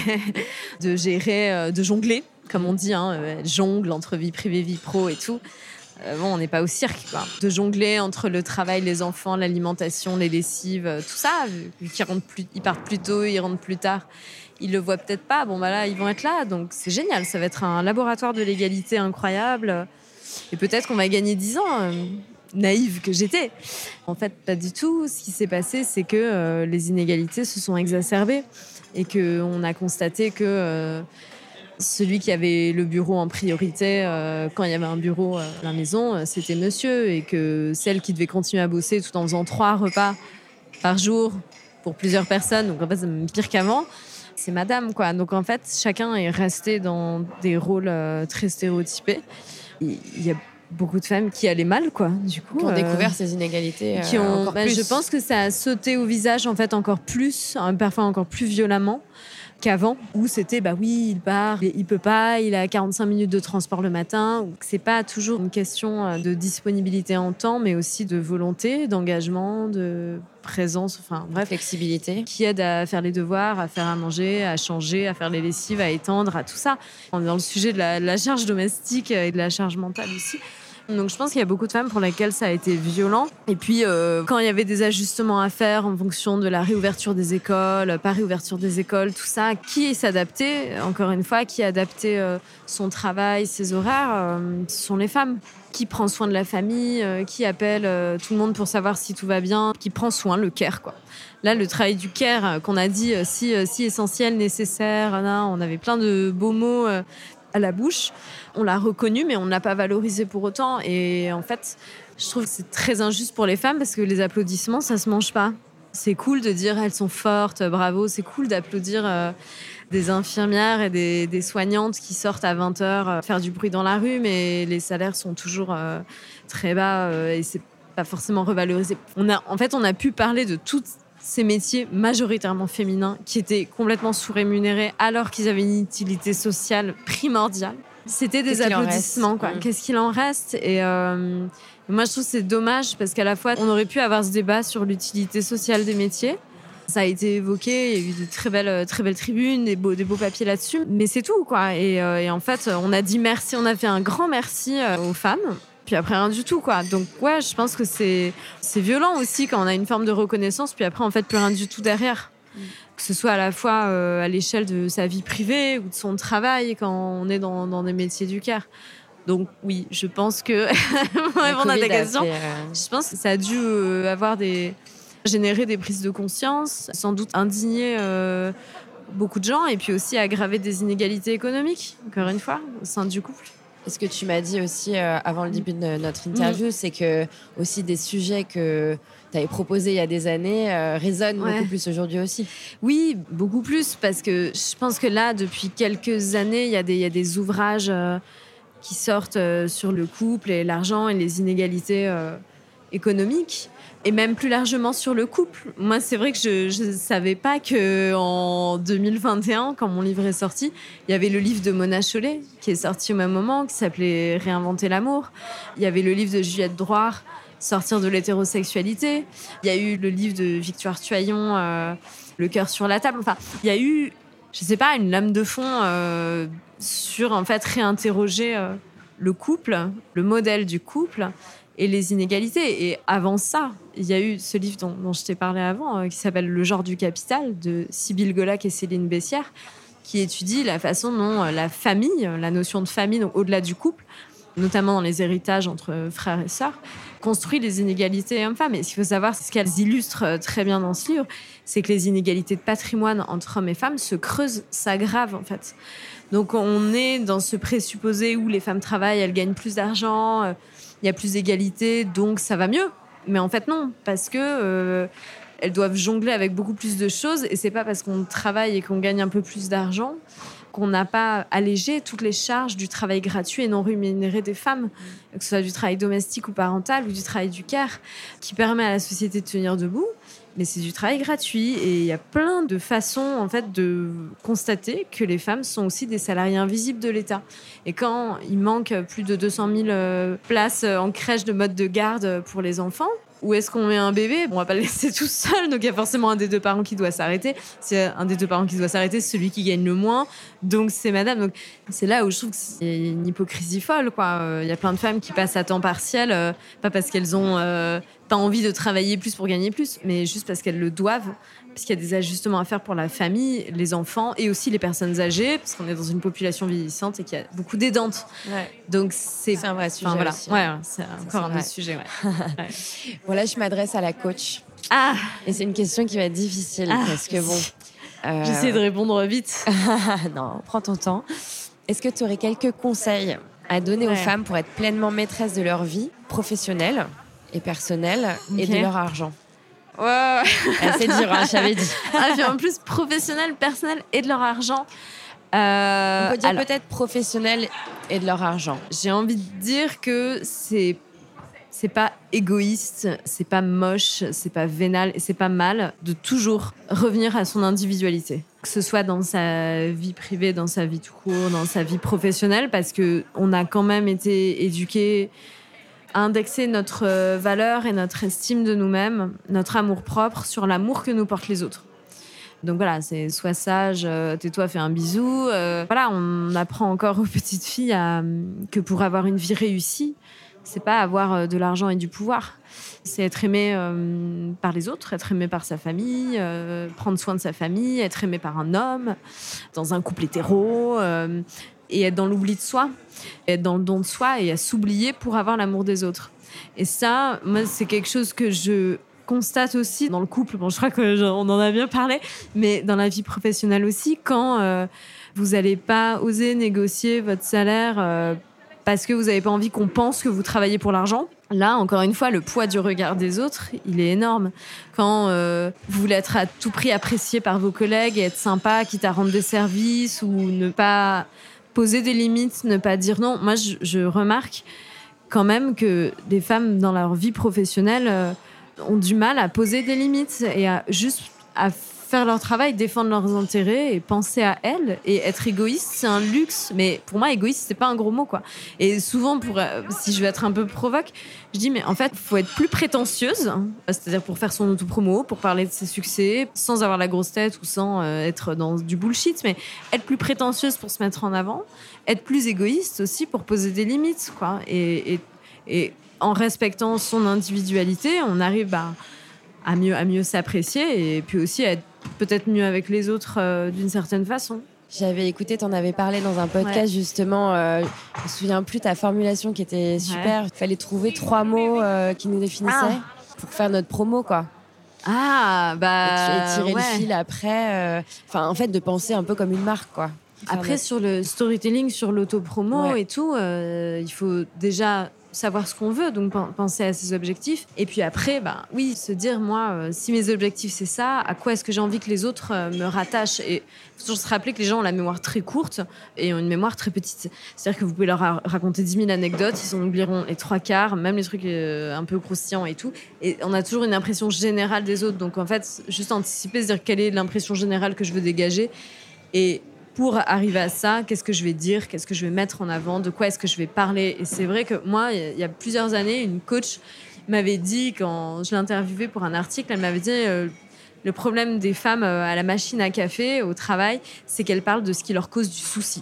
de gérer, de jongler, comme on dit, jongle entre vie privée, vie pro et tout. On n'est pas au cirque, quoi. De jongler entre le travail, les enfants, l'alimentation, les lessives, tout ça. Vu qu'ils partent plus tôt, ils rentrent plus tard. Ils le voient peut-être pas. Là, ils vont être là. Donc, c'est génial. Ça va être un laboratoire de l'égalité incroyable. Et peut-être qu'on va gagner 10 ans. Naïve que j'étais. En fait, pas du tout. Ce qui s'est passé, c'est que les inégalités se sont exacerbées. Et qu'on a constaté que... celui qui avait le bureau en priorité, quand il y avait un bureau à la maison, c'était monsieur. Et que celle qui devait continuer à bosser tout en faisant 3 repas par jour pour plusieurs personnes, donc en fait, c'est même pire qu'avant, c'est madame, quoi. Donc en fait, chacun est resté dans des rôles très stéréotypés. Il y a beaucoup de femmes qui allaient mal, quoi. Du coup, qui ont découvert ces inégalités encore plus. Je pense que ça a sauté au visage, en fait, encore plus, parfois encore plus violemment qu'avant, où c'était oui, il part, il peut pas, il a 45 minutes de transport le matin. C'est pas toujours une question de disponibilité en temps, mais aussi de volonté, d'engagement, de présence, enfin bref, flexibilité, qui aide à faire les devoirs, à faire à manger, à changer, à faire les lessives, à étendre, à tout ça. On est dans le sujet de la charge domestique et de la charge mentale aussi. Donc je pense qu'il y a beaucoup de femmes pour lesquelles ça a été violent. Et puis quand il y avait des ajustements à faire en fonction de la réouverture des écoles, pas réouverture des écoles, tout ça, qui s'adaptait, encore une fois, qui adaptait son travail, ses horaires, ce sont les femmes. Qui prend soin de la famille, qui appelle tout le monde pour savoir si tout va bien, qui prend soin, le care, quoi. Là, le travail du care qu'on a dit si essentiel, nécessaire, on avait plein de beaux mots à la bouche. On l'a reconnu, mais on ne l'a pas valorisé pour autant. Et en fait, Je trouve que c'est très injuste pour les femmes parce que les applaudissements, ça se mange pas. C'est cool de dire elles sont fortes, bravo. C'est cool d'applaudir des infirmières et des soignantes qui sortent à 20h faire du bruit dans la rue, mais les salaires sont toujours très bas et c'est pas forcément revalorisé. On a pu parler de tous ces métiers majoritairement féminins qui étaient complètement sous-rémunérés alors qu'ils avaient une utilité sociale primordiale. C'était des applaudissements, quoi. Qu'est-ce qu'il en reste ? Et moi, je trouve que c'est dommage parce qu'à la fois, on aurait pu avoir ce débat sur l'utilité sociale des métiers. Ça a été évoqué, il y a eu de très belles tribunes, des beaux papiers là-dessus. Mais c'est tout, quoi. Et en fait, on a dit merci, on a fait un grand merci aux femmes. Puis après, rien du tout, quoi. Donc, ouais, je pense que c'est violent aussi quand on a une forme de reconnaissance, puis après, en fait, plus rien du tout derrière. Que ce soit à la fois à l'échelle de sa vie privée ou de son travail quand on est dans des métiers du care. Donc oui, je pense que pour répondre à ta question, je pense que ça a dû générer des prises de conscience, sans doute indigner beaucoup de gens et puis aussi aggraver des inégalités économiques, encore une fois, au sein du couple. Et ce que tu m'as dit aussi avant le début de notre interview, c'est que aussi des sujets que tu avais proposés il y a des années résonnent beaucoup plus aujourd'hui aussi. Oui, beaucoup plus, parce que je pense que là, depuis quelques années, il y a des ouvrages qui sortent sur le couple et l'argent et les inégalités économiques. Et même plus largement sur le couple. Moi, c'est vrai que je ne savais pas qu'en 2021, quand mon livre est sorti, il y avait le livre de Mona Chollet, qui est sorti au même moment, qui s'appelait « Réinventer l'amour ». Il y avait le livre de Juliette Drouard, « Sortir de l'hétérosexualité ». Il y a eu le livre de Victoire Tuaillon, « Le cœur sur la table ». Enfin, il y a eu, je ne sais pas, une lame de fond sur, en fait, réinterroger le couple, le modèle du couple, et les inégalités. Et avant ça, il y a eu ce livre dont je t'ai parlé avant, qui s'appelle « Le genre du capital » de Sybille Golac et Céline Bessières, qui étudie la façon dont la famille, la notion de famille, donc au-delà du couple, notamment dans les héritages entre frères et sœurs, construit les inégalités hommes-femmes. Et ce qu'il faut savoir, c'est ce qu'elles illustrent très bien dans ce livre, c'est que les inégalités de patrimoine entre hommes et femmes se creusent, s'aggravent en fait. Donc on est dans ce présupposé où les femmes travaillent, elles gagnent plus d'argent, il y a plus d'égalité, donc ça va mieux. Mais en fait, non, parce que elles doivent jongler avec beaucoup plus de choses. Et c'est pas parce qu'on travaille et qu'on gagne un peu plus d'argent qu'on n'a pas allégé toutes les charges du travail gratuit et non rémunéré des femmes, que ce soit du travail domestique ou parental ou du travail du care, qui permet à la société de tenir debout. Mais c'est du travail gratuit et il y a plein de façons en fait de constater que les femmes sont aussi des salariés invisibles de l'État. Et quand il manque plus de 200 000 places en crèche de mode de garde pour les enfants, où est-ce qu'on met un bébé ? On va pas le laisser tout seul, donc il y a forcément un des deux parents qui doit s'arrêter. C'est un des deux parents qui doit s'arrêter, c'est celui qui gagne le moins, donc c'est madame. Donc c'est là où je trouve que c'est une hypocrisie folle, quoi. Il y a plein de femmes qui passent à temps partiel, pas parce qu'elles ont pas envie de travailler plus pour gagner plus, mais juste parce qu'elles le doivent, parce qu'il y a des ajustements à faire pour la famille, les enfants et aussi les personnes âgées, parce qu'on est dans une population vieillissante et qu'il y a beaucoup d'aidantes. Ouais. Donc c'est un vrai sujet. Voilà. Aussi, ouais, c'est encore un autre sujet. Ouais. Ouais. Voilà, je m'adresse à la coach. Ah. Et c'est une question qui va être difficile parce que bon. J'essaie de répondre vite. Non, prends ton temps. Est-ce que tu aurais quelques conseils à donner aux femmes pour être pleinement maîtresses de leur vie professionnelle et personnelle et de leur argent? Ouais. C'est dur, hein, je t'avais dit. Puis en plus, professionnel, personnel et de leur argent. On peut dire peut-être professionnel et de leur argent. J'ai envie de dire que c'est pas égoïste, c'est pas moche, c'est pas vénal et c'est pas mal de toujours revenir à son individualité. Que ce soit dans sa vie privée, dans sa vie tout court, dans sa vie professionnelle, parce qu'on a quand même été éduqués à indexer notre valeur et notre estime de nous-mêmes, notre amour-propre sur l'amour que nous portent les autres. Donc voilà, c'est sois sage, tais-toi, fais un bisou. Voilà, on apprend encore aux petites filles que pour avoir une vie réussie, c'est pas avoir de l'argent et du pouvoir. C'est être aimé par les autres, être aimé par sa famille, prendre soin de sa famille, être aimé par un homme, dans un couple hétéro, et être dans l'oubli de soi, être dans le don de soi et à s'oublier pour avoir l'amour des autres. Et ça, moi, c'est quelque chose que je constate aussi dans le couple. Bon, je crois qu'on en a bien parlé, mais dans la vie professionnelle aussi, quand vous n'allez pas oser négocier votre salaire parce que vous n'avez pas envie qu'on pense que vous travaillez pour l'argent. Là, encore une fois, le poids du regard des autres, il est énorme. Quand vous voulez être à tout prix apprécié par vos collègues et être sympa, quitte à rendre des services ou ne pas poser des limites, ne pas dire non. Moi, je remarque quand même que des femmes, dans leur vie professionnelle, ont du mal à poser des limites et à faire leur travail, défendre leurs intérêts et penser à elles. Et être égoïste, c'est un luxe. Mais pour moi, égoïste, c'est pas un gros mot, quoi. Et souvent, si je veux être un peu provoque, je dis, mais en fait, il faut être plus prétentieuse. C'est-à-dire pour faire son autopromo, pour parler de ses succès, sans avoir la grosse tête ou sans être dans du bullshit. Mais être plus prétentieuse pour se mettre en avant. Être plus égoïste aussi pour poser des limites, quoi. Et en respectant son individualité, on arrive à mieux s'apprécier et puis aussi à être peut-être mieux avec les autres d'une certaine façon. J'avais écouté, t'en avais parlé dans un podcast justement, je me souviens plus ta formulation qui était super. Il fallait trouver 3 mots qui nous définissaient pour faire notre promo, quoi. Et tirer le fil après. En fait, de penser un peu comme une marque, quoi. Après, sur le storytelling, sur l'autopromo et tout, il faut déjà savoir ce qu'on veut, donc penser à ses objectifs. Et puis après, se dire, moi, si mes objectifs, c'est ça, à quoi est-ce que j'ai envie que les autres me rattachent ? Et il faut toujours se rappeler que les gens ont la mémoire très courte et ont une mémoire très petite. C'est-à-dire que vous pouvez leur raconter 10 000 anecdotes, ils en oublieront les 3/4, même les trucs un peu croustillants et tout. Et on a toujours une impression générale des autres. Donc en fait, juste anticiper, se dire quelle est l'impression générale que je veux dégager. Et pour arriver à ça, qu'est-ce que je vais dire, qu'est-ce que je vais mettre en avant, de quoi est-ce que je vais parler. Et c'est vrai que moi, il y a plusieurs années, une coach m'avait dit, quand je l'interviewais pour un article, elle m'avait dit le problème des femmes à la machine à café, au travail, c'est qu'elles parlent de ce qui leur cause du souci.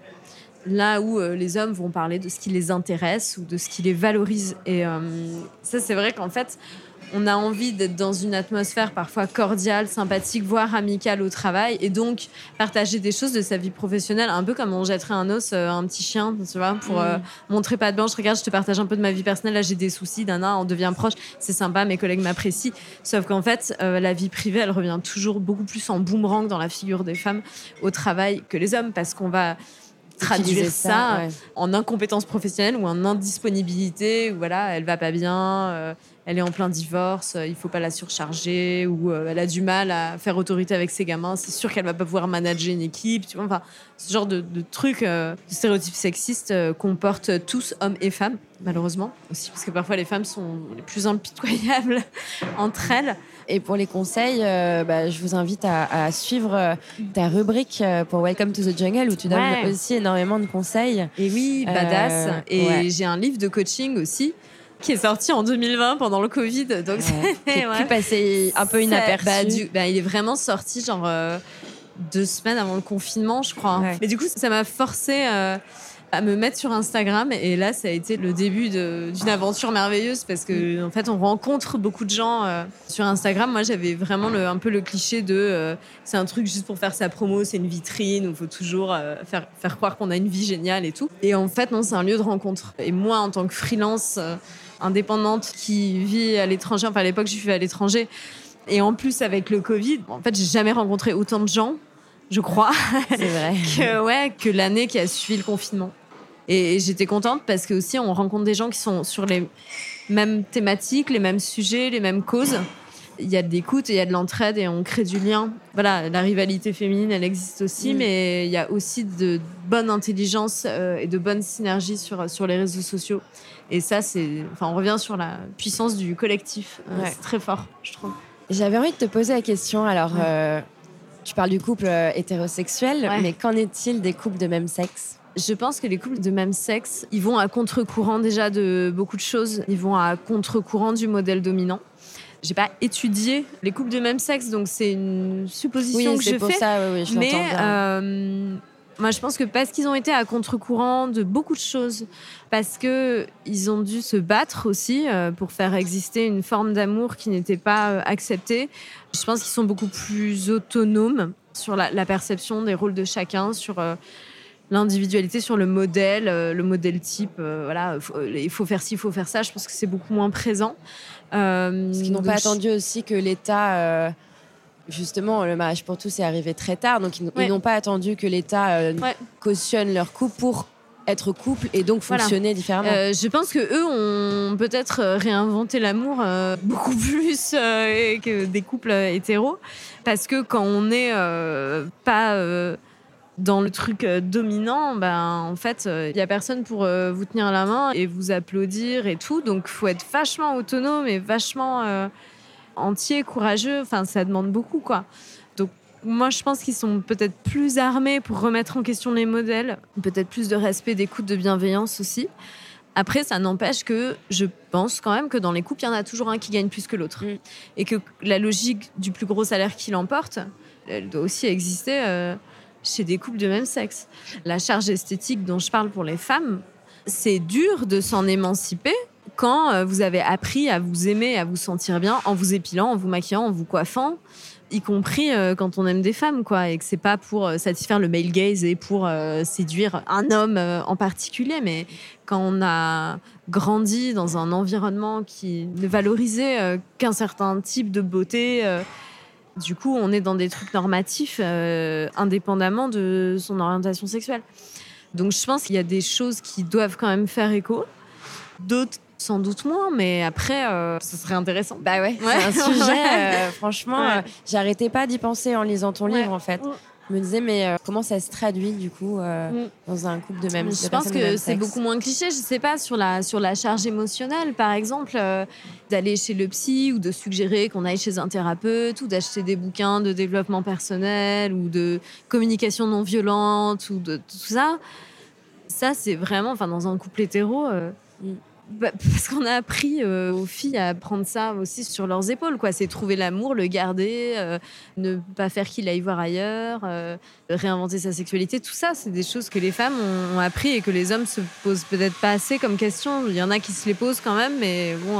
Là où les hommes vont parler de ce qui les intéresse ou de ce qui les valorise. Et ça, c'est vrai qu'en fait, on a envie d'être dans une atmosphère parfois cordiale, sympathique, voire amicale au travail, et donc partager des choses de sa vie professionnelle, un peu comme on jetterait un os à un petit chien, tu vois, pour montrer patte blanche, regarde, je te partage un peu de ma vie personnelle, là j'ai des soucis, on devient proche, c'est sympa, mes collègues m'apprécient. Sauf qu'en fait, la vie privée, elle revient toujours beaucoup plus en boomerang dans la figure des femmes au travail que les hommes, parce qu'on va traduire ça en incompétence professionnelle ou en indisponibilité, ou voilà, elle va pas bien, elle est en plein divorce, il faut pas la surcharger, ou elle a du mal à faire autorité avec ses gamins, c'est sûr qu'elle va pas pouvoir manager une équipe, tu vois, enfin, ce genre de trucs, de stéréotypes sexistes qu'on porte tous, hommes et femmes, malheureusement, aussi, parce que parfois les femmes sont les plus impitoyables entre elles. Et pour les conseils, je vous invite à suivre ta rubrique pour Welcome to the Jungle, où tu donnes aussi énormément de conseils. Et oui, badass. Et j'ai un livre de coaching aussi, qui est sorti en 2020 pendant le Covid. Donc qui est passé un peu inaperçu. Il est vraiment sorti 2 semaines avant le confinement, je crois. Ouais. Mais du coup, ça m'a forcé à me mettre sur Instagram, et là ça a été le début d'une aventure merveilleuse, parce que en fait on rencontre beaucoup de gens sur Instagram. Moi j'avais vraiment un peu le cliché de c'est un truc juste pour faire sa promo, c'est une vitrine où il faut toujours faire croire qu'on a une vie géniale et tout, et en fait non, c'est un lieu de rencontre. Et moi, en tant que freelance indépendante qui vit à l'étranger, enfin à l'époque je vivais à l'étranger, et en plus avec le Covid, en fait j'ai jamais rencontré autant de gens, je crois, c'est vrai. que l'année qui a suivi le confinement. Et j'étais contente parce que aussi on rencontre des gens qui sont sur les mêmes thématiques, les mêmes sujets, les mêmes causes. Il y a de l'écoute et il y a de l'entraide et on crée du lien. Voilà, la rivalité féminine, elle existe aussi, mais il y a aussi de bonne intelligence et de bonnes synergies sur les réseaux sociaux. Et ça, on revient sur la puissance du collectif. C'est très fort, je trouve. J'avais envie de te poser la question. Alors, tu parles du couple hétérosexuel, mais qu'en est-il des couples de même sexe ? Je pense que les couples de même sexe, ils vont à contre-courant déjà de beaucoup de choses. Ils vont à contre-courant du modèle dominant. J'ai pas étudié les couples de même sexe, donc c'est une supposition que je fais. Oui, c'est pour ça, je l'entends bien. Moi, je pense que parce qu'ils ont été à contre-courant de beaucoup de choses, parce qu'ils ont dû se battre aussi pour faire exister une forme d'amour qui n'était pas acceptée, je pense qu'ils sont beaucoup plus autonomes sur la perception des rôles de chacun, sur l'individualité, sur le modèle type. Voilà, il faut faire ci, il faut faire ça. Je pense que c'est beaucoup moins présent. Parce qu'ils n'ont pas attendu aussi que l'État... Justement, le mariage pour tous est arrivé très tard, donc ils n'ont pas attendu que l'État cautionne leur couple pour être couple et donc fonctionner différemment. Je pense que eux ont peut-être réinventé l'amour beaucoup plus que des couples hétéros, parce que quand on n'est pas dans le truc dominant, en fait, il y a personne pour vous tenir la main et vous applaudir et tout. Donc, faut être vachement autonome et vachement entier, courageux. Enfin, ça demande beaucoup, quoi. Donc, moi, je pense qu'ils sont peut-être plus armés pour remettre en question les modèles, peut-être plus de respect, d'écoute, de bienveillance aussi. Après, ça n'empêche que je pense quand même que dans les couples, il y en a toujours un qui gagne plus que l'autre. Et que la logique du plus gros salaire qui l'emporte, elle doit aussi exister chez des couples de même sexe. La charge esthétique dont je parle pour les femmes, c'est dur de s'en émanciper quand vous avez appris à vous aimer, à vous sentir bien en vous épilant, en vous maquillant, en vous coiffant, y compris quand on aime des femmes, quoi, et que c'est pas pour satisfaire le male gaze et pour séduire un homme en particulier, mais quand on a grandi dans un environnement qui ne valorisait qu'un certain type de beauté, du coup, on est dans des trucs normatifs indépendamment de son orientation sexuelle. Donc, je pense qu'il y a des choses qui doivent quand même faire écho, d'autres sans doute moins, mais après, ce serait intéressant. Bah ouais, c'est un sujet, franchement, j'arrêtais pas d'y penser en lisant ton livre, en fait. Je me disais, mais comment ça se traduit, du coup, dans un couple de même sexe ? Je pense que c'est beaucoup moins cliché, je sais pas, sur la charge émotionnelle, par exemple, d'aller chez le psy ou de suggérer qu'on aille chez un thérapeute ou d'acheter des bouquins de développement personnel ou de communication non violente ou de tout ça. Ça, c'est vraiment, dans un couple hétéro... parce qu'on a appris aux filles à prendre ça aussi sur leurs épaules, quoi. C'est trouver l'amour, le garder, ne pas faire qu'il aille voir ailleurs, réinventer sa sexualité. Tout ça, c'est des choses que les femmes ont appris et que les hommes se posent peut-être pas assez comme question. Il y en a qui se les posent quand même, mais bon,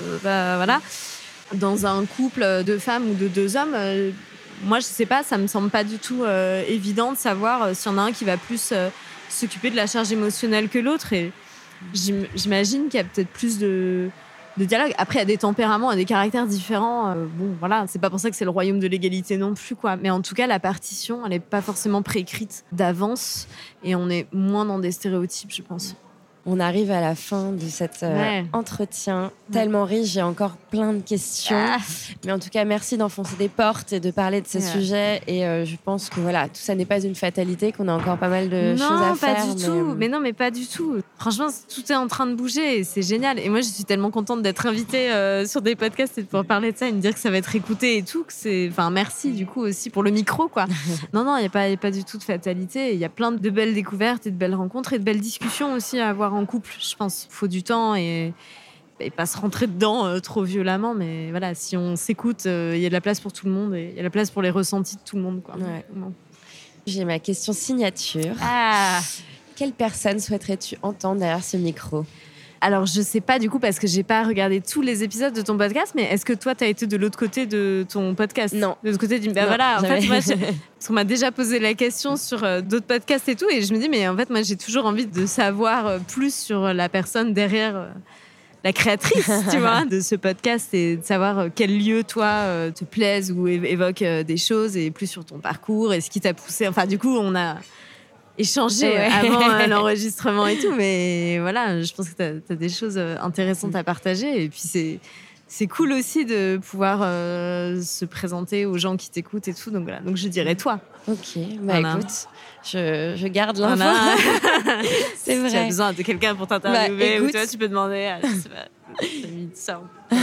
voilà. Dans un couple de femmes ou de deux hommes, moi, je sais pas, ça me semble pas du tout évident de savoir s'il y en a un qui va plus s'occuper de la charge émotionnelle que l'autre. Et j'imagine qu'il y a peut-être plus de dialogue. Après, il y a des tempéraments, il y a des caractères différents. C'est pas pour ça que c'est le royaume de l'égalité non plus, quoi. Mais en tout cas, la partition, elle est pas forcément préécrite d'avance et on est moins dans des stéréotypes, je pense. On arrive à la fin de cet entretien tellement riche. J'ai encore plein de questions. Mais en tout cas, merci d'enfoncer des portes et de parler de ces sujets. Et je pense que tout ça n'est pas une fatalité, qu'on a encore pas mal de choses à faire. Non, pas du tout. Mais non, mais pas du tout. Franchement, tout est en train de bouger et c'est génial. Et moi, je suis tellement contente d'être invitée sur des podcasts et de pouvoir parler de ça et me dire que ça va être écouté et tout. Merci du coup aussi pour le micro, quoi. Non, il n'y a pas du tout de fatalité. Il y a plein de belles découvertes et de belles rencontres et de belles discussions aussi à avoir en couple, je pense. Il faut du temps et pas se rentrer dedans trop violemment, mais voilà, si on s'écoute, il y a de la place pour tout le monde et il y a de la place pour les ressentis de tout le monde, quoi. Bon. J'ai ma question signature. Quelle personne souhaiterais-tu entendre derrière ce micro ? Alors, je sais pas du coup parce que j'ai pas regardé tous les épisodes de ton podcast, mais est-ce que toi, t'as été de l'autre côté de ton podcast ? Non. De l'autre côté en fait, moi, parce qu'on m'a déjà posé la question sur d'autres podcasts et tout, et je me dis, mais en fait, moi, j'ai toujours envie de savoir plus sur la personne derrière la créatrice, tu vois, de ce podcast et de savoir quel lieu, toi, te plaise ou évoque des choses et plus sur ton parcours et ce qui t'a poussé. Enfin, du coup, on a échanger avant l'enregistrement et tout, mais voilà, je pense que t'as des choses intéressantes à partager et puis c'est cool aussi de pouvoir se présenter aux gens qui t'écoutent et tout, donc voilà, donc je dirais toi. Ok, écoute, je garde l'info. C'est vrai. Si tu as besoin de quelqu'un pour t'interviewer ou toi tu peux demander je sais pas,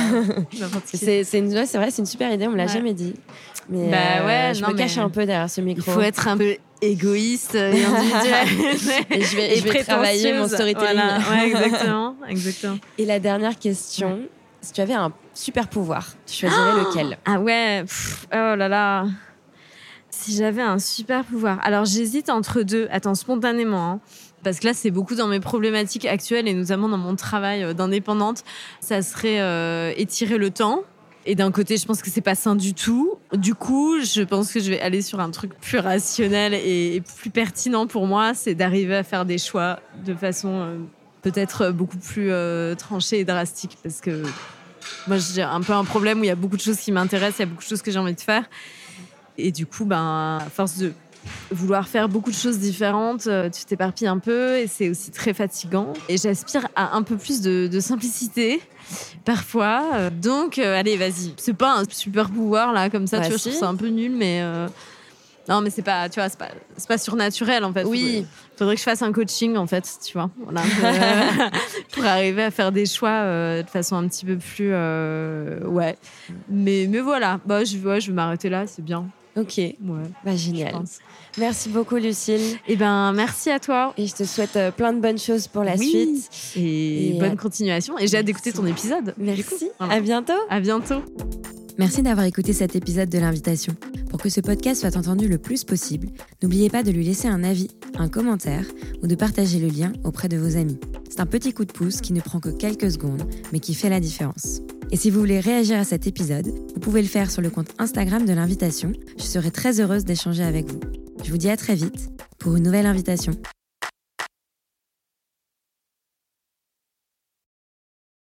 c'est vrai, c'est une super idée, on me l'a jamais dit. Mais je me cache un peu derrière ce micro. Il faut être un peu égoïste et individuel. Et je vais travailler mon storytelling. Voilà. Exactement. Et la dernière question, si tu avais un super pouvoir, tu choisirais lequel ? Ah ouais, oh là là. Si j'avais un super pouvoir. Alors j'hésite entre deux. Attends, spontanément. Parce que là, c'est beaucoup dans mes problématiques actuelles et notamment dans mon travail d'indépendante. Ça serait étirer le temps. Et d'un côté, je pense que c'est pas sain du tout. Du coup, je pense que je vais aller sur un truc plus rationnel et plus pertinent pour moi, c'est d'arriver à faire des choix de façon peut-être beaucoup plus tranchée et drastique. Parce que moi, j'ai un peu un problème où il y a beaucoup de choses qui m'intéressent, il y a beaucoup de choses que j'ai envie de faire. Et du coup, à force de vouloir faire beaucoup de choses différentes, tu t'éparpilles un peu et c'est aussi très fatigant. Et j'aspire à un peu plus de simplicité parfois. Donc, allez, vas-y. C'est pas un super pouvoir là comme ça, tu vois, je trouve ça un peu nul, mais non, mais c'est pas, tu vois, c'est pas surnaturel en fait. Oui. Faudrait que je fasse un coaching en fait, tu vois, voilà, pour arriver à faire des choix de façon un petit peu plus, ouais. Mais voilà, je vais m'arrêter là, c'est bien. Ok, génial. Merci beaucoup Lucille. Et merci à toi. Et je te souhaite plein de bonnes choses pour la suite. Et bonne continuation. Et j'ai hâte d'écouter ton épisode. Merci. Voilà. À bientôt. À bientôt. Merci d'avoir écouté cet épisode de l'Invitation. Pour que ce podcast soit entendu le plus possible, n'oubliez pas de lui laisser un avis, un commentaire ou de partager le lien auprès de vos amis. C'est un petit coup de pouce qui ne prend que quelques secondes, mais qui fait la différence. Et si vous voulez réagir à cet épisode, vous pouvez le faire sur le compte Instagram de l'Invitation. Je serai très heureuse d'échanger avec vous. Je vous dis à très vite pour une nouvelle invitation.